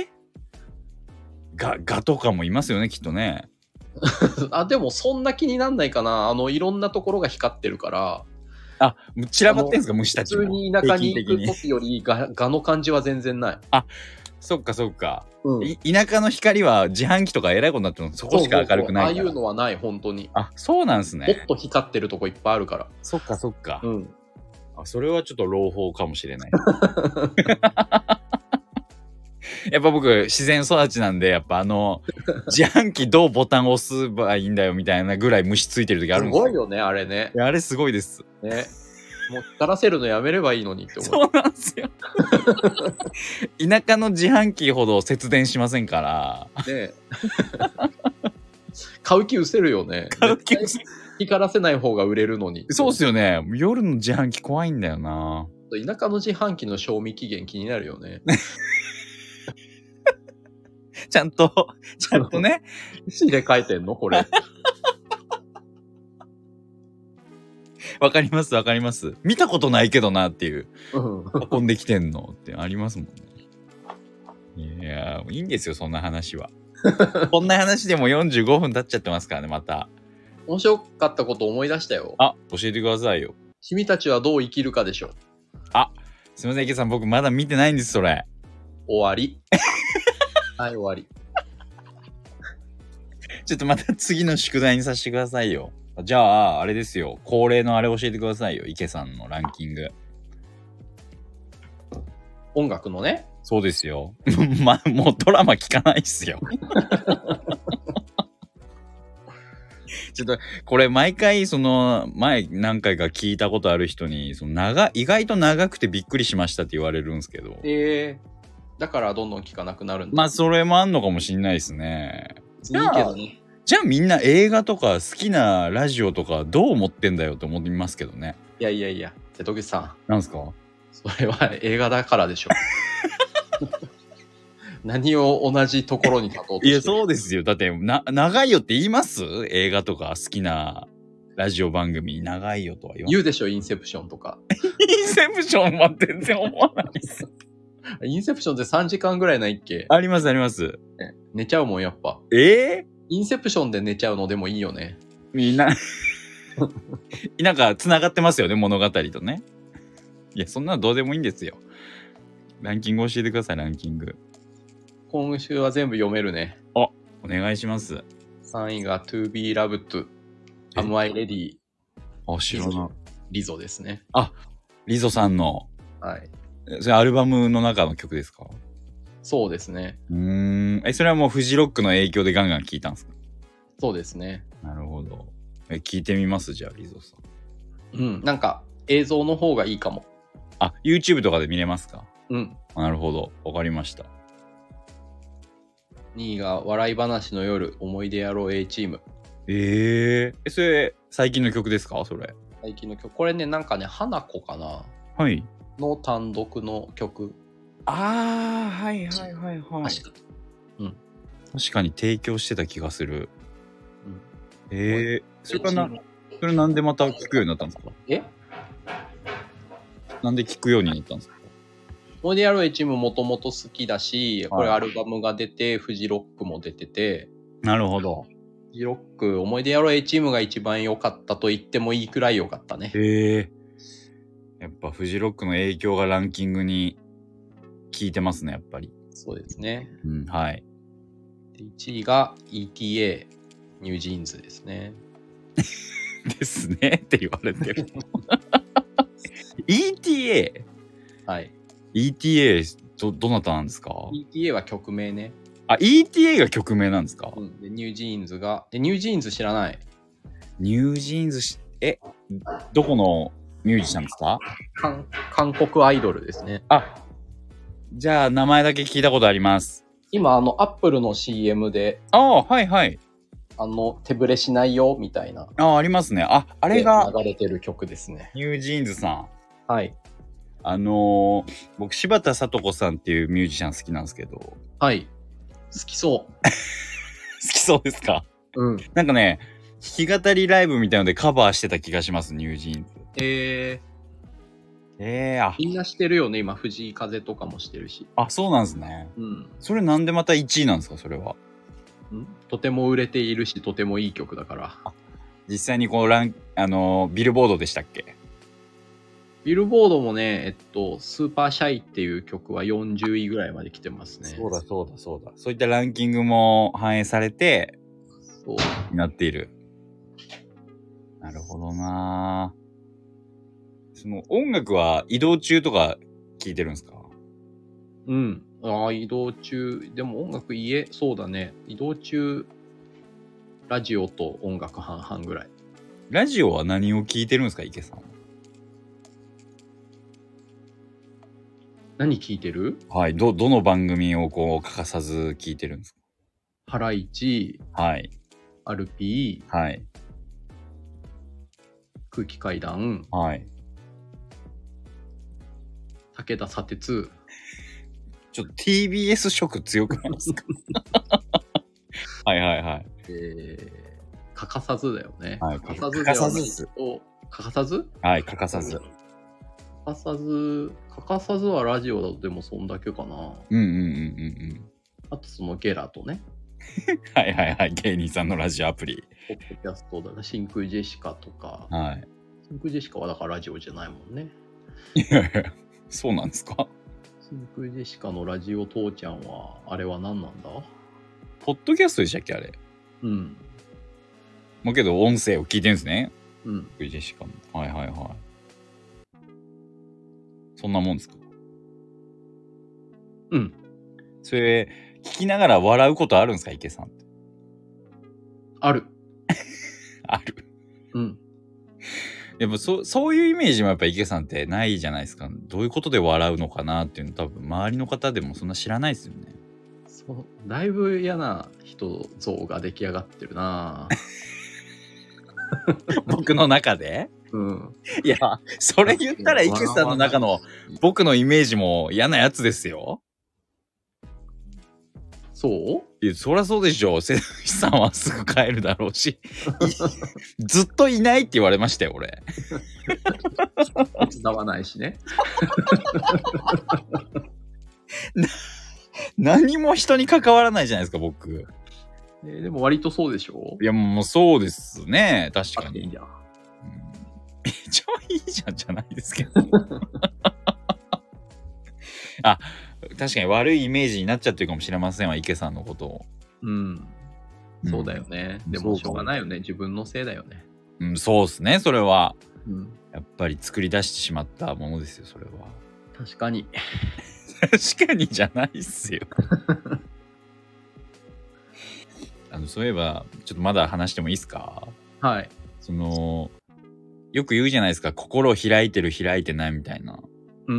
ガとかもいますよね、きっとね。 あ、でもそんな気になんないかな。いろんなところが光ってるから。 あ、散らばってんすか、虫たちも。 普通に田舎に行く時よりガの感じは全然ない。 あ、そっかそっか。うん、田舎の光は自販機とか偉いことになってるの、そこしか明るくないから。 ああいうのはない、本当に。 あ、そうなんすね。 もっと光ってるとこいっぱいあるから。 そっかそっか。 うん。 あ、それはちょっと朗報かもしれない。やっぱ僕自然育ちなんで、やっぱ自販機どうボタン押せばいいんだよみたいなぐらい虫ついてる時あるんですよ。 すごいよね、あれね。 あれすごいです。 ね。もう光らせるのやめればいいのにって思う。 そうなんですよ。田舎の自販機ほど節電しませんから。 ね買う気失せるよね。買う気光らせない方が売れるのに。 そうっすよね。夜の自販機怖いんだよな。 田舎の自販機の賞味期限気になるよね。 ちゃんとね。 仕入れ替えてんのこれ。 わかりますわかります。見たことないけどなっていう。運んできてんのってありますもんね。いやいいんですよ、そんな話は。こんな話でも45分経っちゃってますからね、また。 面白かったこと思い出したよ。 あ、教えてくださいよ。 君たちはどう生きるかでしょ。 あ、すいません、池さん、僕まだ見てないんです、それ。 終わり。はい、終わり。 ちょっとまた次の宿題にさせてくださいよ。じゃあ、あれですよ。恒例のあれ教えてくださいよ。池さんのランキング。 音楽のね。 そうですよ。まあ、もうドラマ聞かないっすよ。ちょっと、これ毎回、前何回か聞いたことある人に、意外と長くてびっくりしましたって言われるんですけど。 だからどんどん聞かなくなるんだ。 まあ、それもあんのかもしんないですね。 いいけどね。 じゃあみんな映画とか好きなラジオとかどう思ってんだよって思いますけどね。 いや、瀬戸口さん。 なんすか？ それは映画だからでしょ。何を同じところに立とうとしてる。 いや、そうですよ。だって、長いよって言います？映画とか好きなラジオ番組長いよとは言うでしょ、インセプションとか。 インセプションは全然思わないです。 インセプションって3時間ぐらいないっけ？ ありますあります。 寝ちゃうもん、やっぱ。インセプションで寝ちゃうのでもいいよね。 みんな、なんか繋がってますよね、物語とね。いや、そんなのどうでもいいんですよ。ランキング教えてください、ランキング。 今週は全部読めるね。 お願いします。 3位が To Be Loved, Am I Ready? 知らない。 リゾですね。 リゾさんの。 はい。 それアルバムの中の曲ですか？ そうですね。 それはもうフジロックの影響でガンガン聴いたんですか？ そうですね。 なるほど。聞いてみます？じゃあ、リゾさん。なんか映像の方がいいかも。 YouTube とかで見れますか？なるほど。わかりました。2 位が笑い話の夜、思い出野郎 A チーム。 それ、 最近の曲ですかそれ？ 最近の曲。これね、なんかね、花子かなはい。 の単独の曲。 ああ、はいはいはいはい。 確か。うん。 確かに提供してた気がする。 うん、 それなんでまた聞くようになったんですか？なんで聞くようになったんですか？ 思い出やろう A チームもともと好きだし、これアルバムが出て、フジロックも出てて。 なるほど。 フジロック、思い出やろう A チームが一番良かったと言ってもいいくらい良かったね。 やっぱフジロックの影響がランキングに効いてますね、やっぱり。 そうですね。 うん、はい。 で1位が ETA、ニュージーンズですね。 ですねって言われてる。ETA？ はい。 ETA どなたなんですか？ ETA は曲名ね。 あ、ETA が曲名なんですか？ うん。で、ニュージーンズが、ニュージーンズ知らない？ ニュージーンズどこのミュージシャンですか？ 韓国アイドルですね。 あ、じゃあ名前だけ聞いたことあります。 今、アップルの CM で、 はいはい。 手ぶれしないよ、みたいな。 ありますね。あれが流れてる曲ですね。 ニュージーンズさん。 はい。 僕、柴田聡子さんっていうミュージシャン好きなんですけど。 はい。好きそう。 好きそうですか？ うん。 なんかね、弾き語りライブみたいのでカバーしてた気がします、ニュージーンズ。 みんなしてるよね、今、藤井風とかもしてるし。 あ、そうなんですね。 うん。 それなんでまた1位なんですか、それは。 とても売れているし、とてもいい曲だから。 実際にこのビルボードでしたっけ？ ビルボードもね、スーパーシャイっていう曲は40位ぐらいまで来てますね。 そうだ。そういったランキングも反映されて、 そう。 になっている。なるほどな。その音楽は移動中とか聴いてるんですか？ うん。移動中、でも音楽そうだね。移動中、ラジオと音楽半々ぐらい。 ラジオは何を聴いてるんですか、池さんは。 何聞いてる？ はい。どの番組をこう欠かさず聞いてるんですか？ ハライチ、 はい。 アルピー、 はい。 空気階段、 はい。 武田砂鉄。 ちょっと TBS 色強くないですか？はいはいはい。 欠かさずだよね。 はい。 欠かさずではないけど、欠かさず？ はい、欠かさず。 欠かさずはラジオだとでもそんだけかな。あとそのゲラとね。 はいはいはい。芸人さんのラジオアプリ。 ポッドキャストだな。真空ジェシカとか。 はい。 真空ジェシカはだからラジオじゃないもんね。 いやいや、そうなんですか？ 真空ジェシカのラジオ父ちゃんは、あれは何なんだ？ ポッドキャストでしたっけあれ。 うん。 もうけど音声を聞いてるんですね。 うん。 ジェシカも。はいはいはい。そんなもんですか？ うん。 それ、聞きながら笑うことあるんですか池さんって。 ある。 ある。 うん。 やっぱそういうイメージもやっぱ池さんってないじゃないですか。どういうことで笑うのかなっていうの多分周りの方でもそんな知らないですよね。 そう。だいぶ嫌な人像が出来上がってるな僕の中で。 うん。 いや、それ言ったら池さんの中の僕のイメージも嫌なやつですよ。 そう？ いや、そりゃそうでしょ。瀬戸内さんはすぐ帰るだろうし。ずっといないって言われましたよ、俺。 手伝わないしね。 何も人に関わらないじゃないですか、僕。 でも割とそうでしょ？ いや、もうそうですね。確かに。 いいじゃん。 一応いいじゃんじゃないですけど。あ、確かに悪いイメージになっちゃってるかもしれませんわ、池さんのことを。 うん。そうだよね。でもしょうがないよね。自分のせいだよね。 うん、そうですね、それは。 うん。 やっぱり作り出してしまったものですよ、それは。 確かに。 確かにじゃないっすよ。そういえば、ちょっとまだ話してもいいですか？ はい。 よく言うじゃないですか、心を開いてる開いてないみたいな。 うん。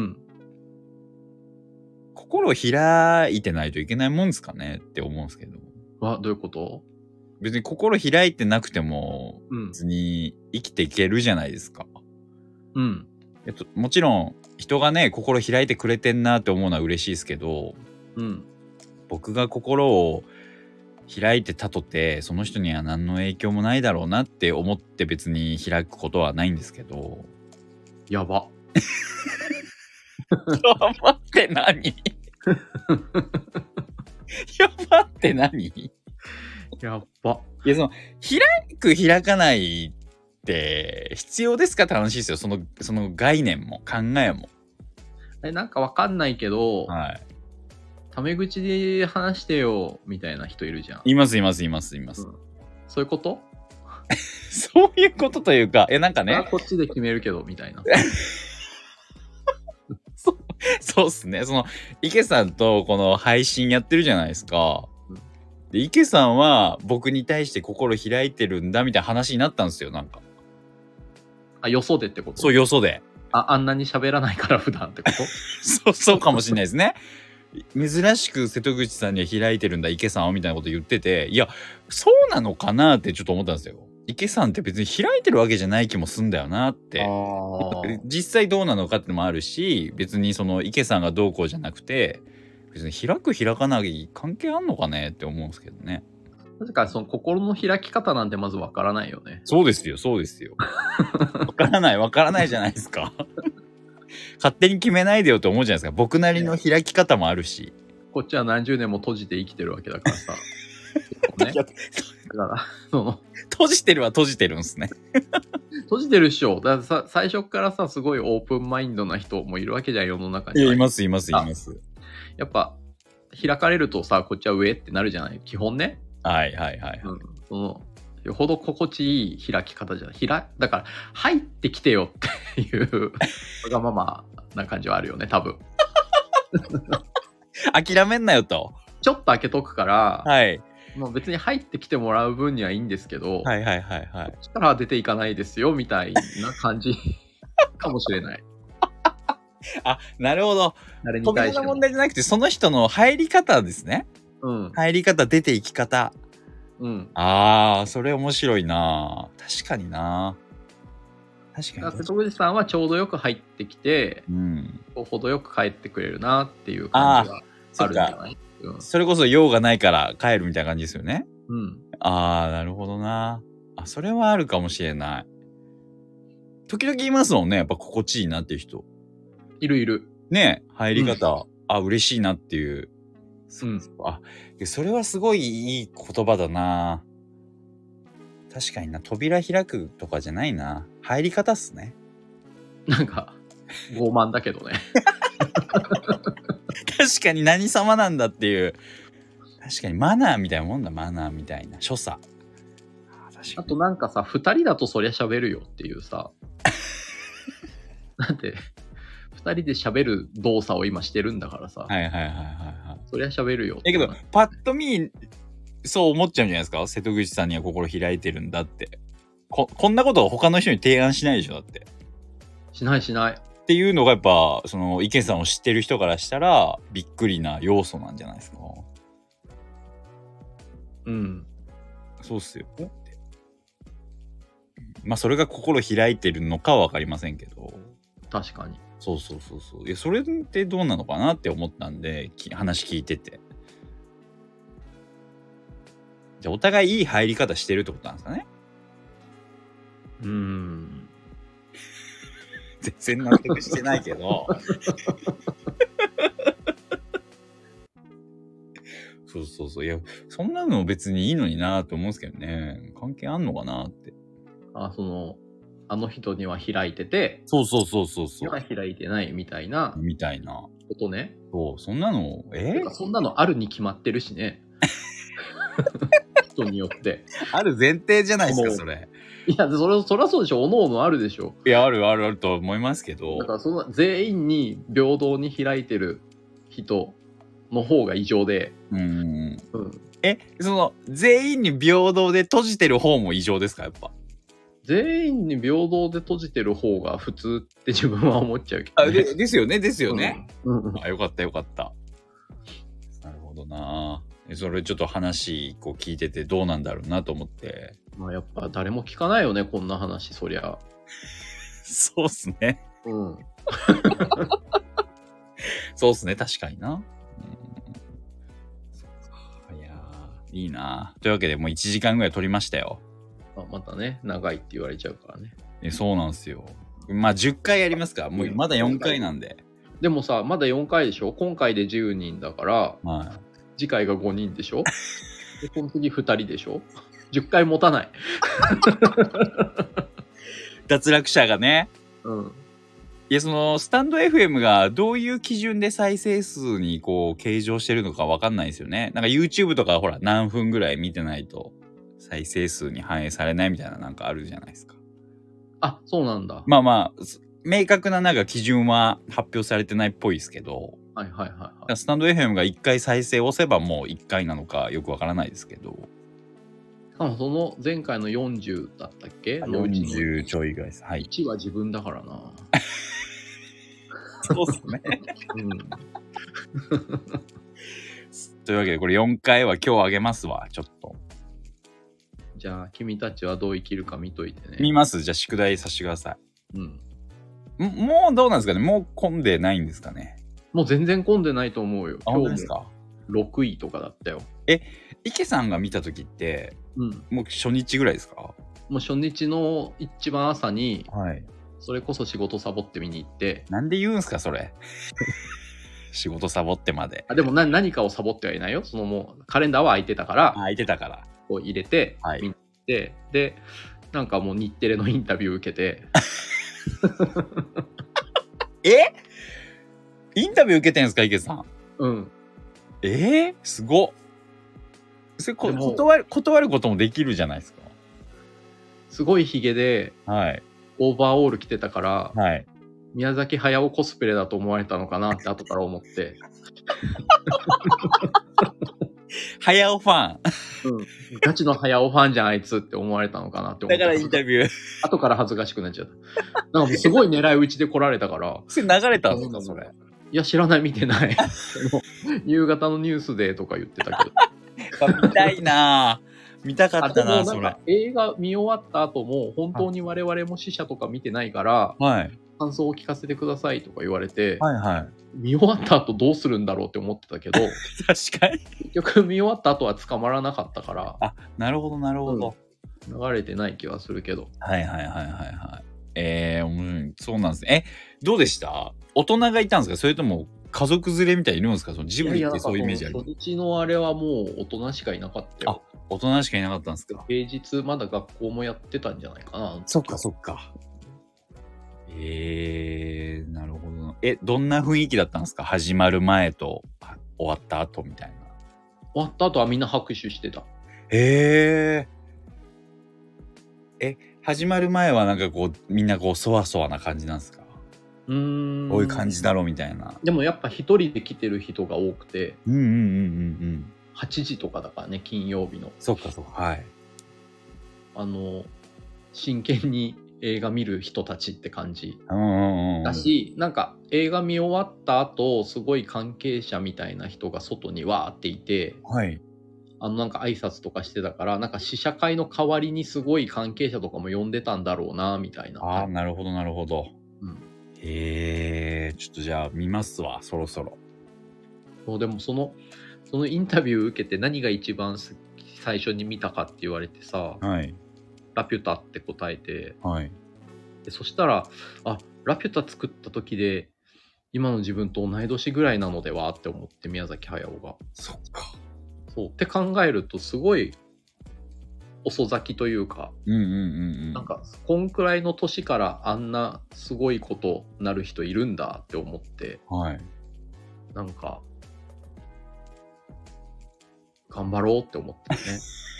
心を開いてないといけないもんですかねって思うんですけど。 どういうこと？ 別に心開いてなくても、別に生きていけるじゃないですか。 うん。 もちろん、人がね、心開いてくれてんなって思うのは嬉しいですけど、 うん。 僕が心を開いてたとて、その人には何の影響もないだろうなって思って別に開くことはないんですけど。 やば。 やばって何やばって何やば。 いや、開く開かないって必要ですかって話ですよ。その概念も考えも。 なんかわかんないけど、 はい。 タメ口で話してよみたいな人いるじゃん。 います。そういうことそういうことというか、なんかね。 こっちで決めるけどみたいな。 そうっすね。池さんとこの配信やってるじゃないですか。で、池さんは僕に対して心開いてるんだみたいな話になったんですよ、なんか。 よそでってこと？ そう、よそで。 あんなに喋らないから普段ってこそと？ うかもしれないですね。珍しく瀬戸口さんには開いてるんだ池さんはみたいなこと言ってて、いやそうなのかなってちょっと思ったんですよ。池さんって別に開いてるわけじゃない気もすんだよなって。実際どうなのかってのもあるし、別に池さんがどうこうじゃなくて、別に開く開かない関係あんのかねって思うんですけどね。 確かに心の開き方なんてまずわからないよね。 そうですよわからないじゃないですか。勝手に決めないでよって思うじゃないですか。僕なりの開き方もあるし。 こっちは何十年も閉じて生きてるわけだからさ。ね、だから閉じてるは閉じてるんですね。 閉じてるっしょ。だからさ、最初からさ、すごいオープンマインドな人もいるわけじゃん、世の中には。 います。 やっぱ開かれるとさ、こっちは上ってなるじゃない、基本ね。 はい。 よほど心地いい開き方じゃない。だから入ってきてよっていうわがままな感じはあるよね、多分。 諦めんなよと。 ちょっと開けとくから、 はい。 もう別に入ってきてもらう分にはいいんですけど、 はい。こっちから出ていかないですよみたいな感じかもしれない。 あ、なるほど。 誰に対しても。 問題じゃなくて、その人の入り方ですね。 うん。 入り方、出ていき方。 うん。 それ面白いな。確かにな。 瀬戸口さんはちょうどよく入ってきて、程よく帰ってくれるなっていう感じがあるんじゃない？ それこそ用がないから帰るみたいな感じですよね。 うん。 なるほどな。それはあるかもしれない。時々いますもんね。やっぱ心地いいなっていう人。 いる。 ね、入り方、嬉しいなっていう。それはすごいいい言葉だな。確かにな。扉開くとかじゃないな。入り方っすね。 なんか傲慢だけどね。 確かに何様なんだっていう。確かにマナーみたいなもんだ。マナーみたいな所作。 あとなんかさ、2人だとそりゃ喋るよっていうさ。なんて2人で喋る動作を今してるんだからさ。そりゃ喋るよ。 だけどパッと見そう思っちゃうんじゃないですか。瀬戸口さんには心開いてるんだって。こんなことを他の人に提案しないでしょ。だってしないっていうのがやっぱ池さんを知ってる人からしたらびっくりな要素なんじゃないですか。そうっすよ。それが心開いてるのかは分かりませんけど。 確かに。 そう。いや、それってどうなのかなって思ったんで、話聞いてて。じゃあお互いいい入り方してるってことなんですかね。全然納得してないけど。そう。いや、そんなの別にいいのになと思うんですけどね。関係あんのかなって。 あの人には開いてて、 そう。 は開いてないみたいなことね。 そんなの、 そんなのあるに決まってるしね。人によって。 ある前提じゃないですか、それ。 いや、それはそうでしょ。おのおのあるでしょ。 いや、あると思いますけど。 だから全員に平等に開いてる人の方が異常で。 全員に平等で閉じてる方も異常ですか、やっぱ。 全員に平等で閉じてる方が普通って自分は思っちゃうけど、 ですよね。よかった。なるほどな。 それちょっと話こう聞いててどうなんだろうなと思って。 まあやっぱ誰も聞かないよね、こんな話、そりゃ。 そうっすね。 うん。 そうっすね、確かにな。いやー、いいな。というわけでもう1時間ぐらい撮りましたよ。 またね、長いって言われちゃうからね。 そうなんですよ。まあ10回やりますか。もうまだ4回なんで。 でもさ、まだ4回でしょ。今回で10人だから、はい、次回が5人でしょ。でこの次2人でしょ。10回持たない。 脱落者がね。 うん。 いや、そのスタンド FM がどういう基準で再生数にこう計上してるのかわかんないですよね。なんか YouTube とかほら何分ぐらい見てないと再生数に反映されないみたいななんかあるじゃないですか。 あ、そうなんだ。 まあまあ明確ななんか基準は発表されてないっぽいですけど。 はいはいはい、はい。 スタンド FM が1回再生を押せばもう1回なのかよくわからないですけど。 しかもその前回の40だったっけ ？40ちょいぐらいです。はい。 1は自分だからな。 そうっすね。うん。というわけでこれ4回は今日あげますわ、ちょっと。 じゃあ君たちはどう生きるか見といてね。 見ます。じゃあ宿題させてください。 うん。 もうどうなんですかね。もう混んでないんですかね。 もう全然混んでないと思うよ。 今日ですか。 6位とかだったよ。 池さんが見た時って、 うん、 もう初日ぐらいですか？ もう初日の一番朝に、 はい、 それこそ仕事サボって見に行って。 なんで言うんすかそれ。仕事サボってまで。 でも何かをサボってはいないよ。そのもうカレンダーは空いてたから。 空いてたから。 こう入れて、 はい、 見て、で、なんかもう日テレのインタビュー受けて。 インタビュー受けてんすか池さん。 うん。 すごっ。それ断ることもできるじゃないですか。 すごいヒゲで、 はい、 オーバーオール着てたから、 はい、 宮崎駿コスプレだと思われたのかなって後から思って。 駿ファン。 うん。ガチの駿ファンじゃんあいつって思われたのかなって思って。 だからインタビュー。 後から恥ずかしくなっちゃった。なんかもうすごい狙い撃ちで来られたから。 それ流れたんですかそれ。 いや知らない、見てない。夕方のニュースでとか言ってたけど。 見たいなぁ。見たかったなそれ。 映画見終わった後も本当に我々も死者とか見てないから、はい、感想を聞かせてくださいとか言われて、はいはい、見終わった後どうするんだろうって思ってたけど確かに結局見終わった後は捕まらなかったから。 あ、なるほどなるほど、 うん、流れてない気はするけど。 はいはいはいはいはい。そうなんですね。どうでした？大人がいたんですか？それとも家族連れみたいにいるんですか？そのジブリってそういうイメージある。 初日のあれはもう大人しかいなかったよ。 あ、大人しかいなかったんですか？ 平日まだ学校もやってたんじゃないかな。 そっかそっか。なるほど。どんな雰囲気だったんですか？始まる前と終わった後みたいな。 終わった後はみんな拍手してた。 始まる前はなんかこうみんなこうそわそわな感じなんですか？こういう感じだろうみたいな。 でもやっぱ一人で来てる人が多くて、8時とかだからね、金曜日の。 そっかそっか。はい。 真剣に映画見る人たちって感じだし、なんか映画見終わった後すごい関係者みたいな人が外にわーっていて、はい、なんか挨拶とかしてたから、なんか試写会の代わりにすごい関係者とかも呼んでたんだろうなみたいな。 あ、なるほどなるほど。うん、ちょっとじゃあ見ますわ、そろそろ。 そう、でもそのインタビュー受けて何が一番最初に見たかって言われてさ、はい、ラピュタって答えて、はい、でそしたら、あ、ラピュタ作った時で今の自分と同い年ぐらいなのではって思って、宮崎駿が。 そっか。 そうって考えるとすごい遅咲きというか、なんかこんくらいの年からあんなすごいことなる人いるんだって思って、はい、なんか頑張ろうって思ってね。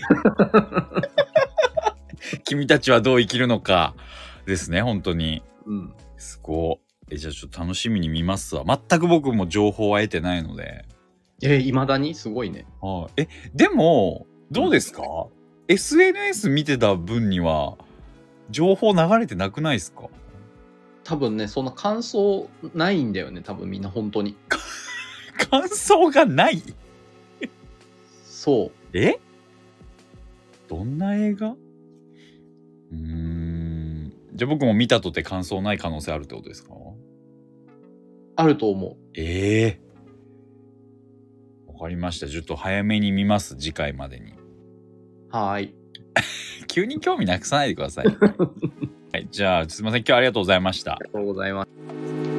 君たちはどう生きるのかですね、本当に。うん。すごい。じゃあちょっと楽しみに見ますわ。全く僕も情報は得てないので。 未だにすごいね。 でもどうですか、SNS 見てた分には情報流れてなくないですか？ 多分ね、そんな感想ないんだよね、多分みんな本当に。 感想がないそう。 どんな映画？じゃあ僕も見たとて感想ない可能性あるってことですか？ あると思う。 わかりました。ちょっと早めに見ます、次回までに。 はい。 急に興味なくさないでください。はい、じゃあすいません、今日はありがとうございました。 ありがとうございます。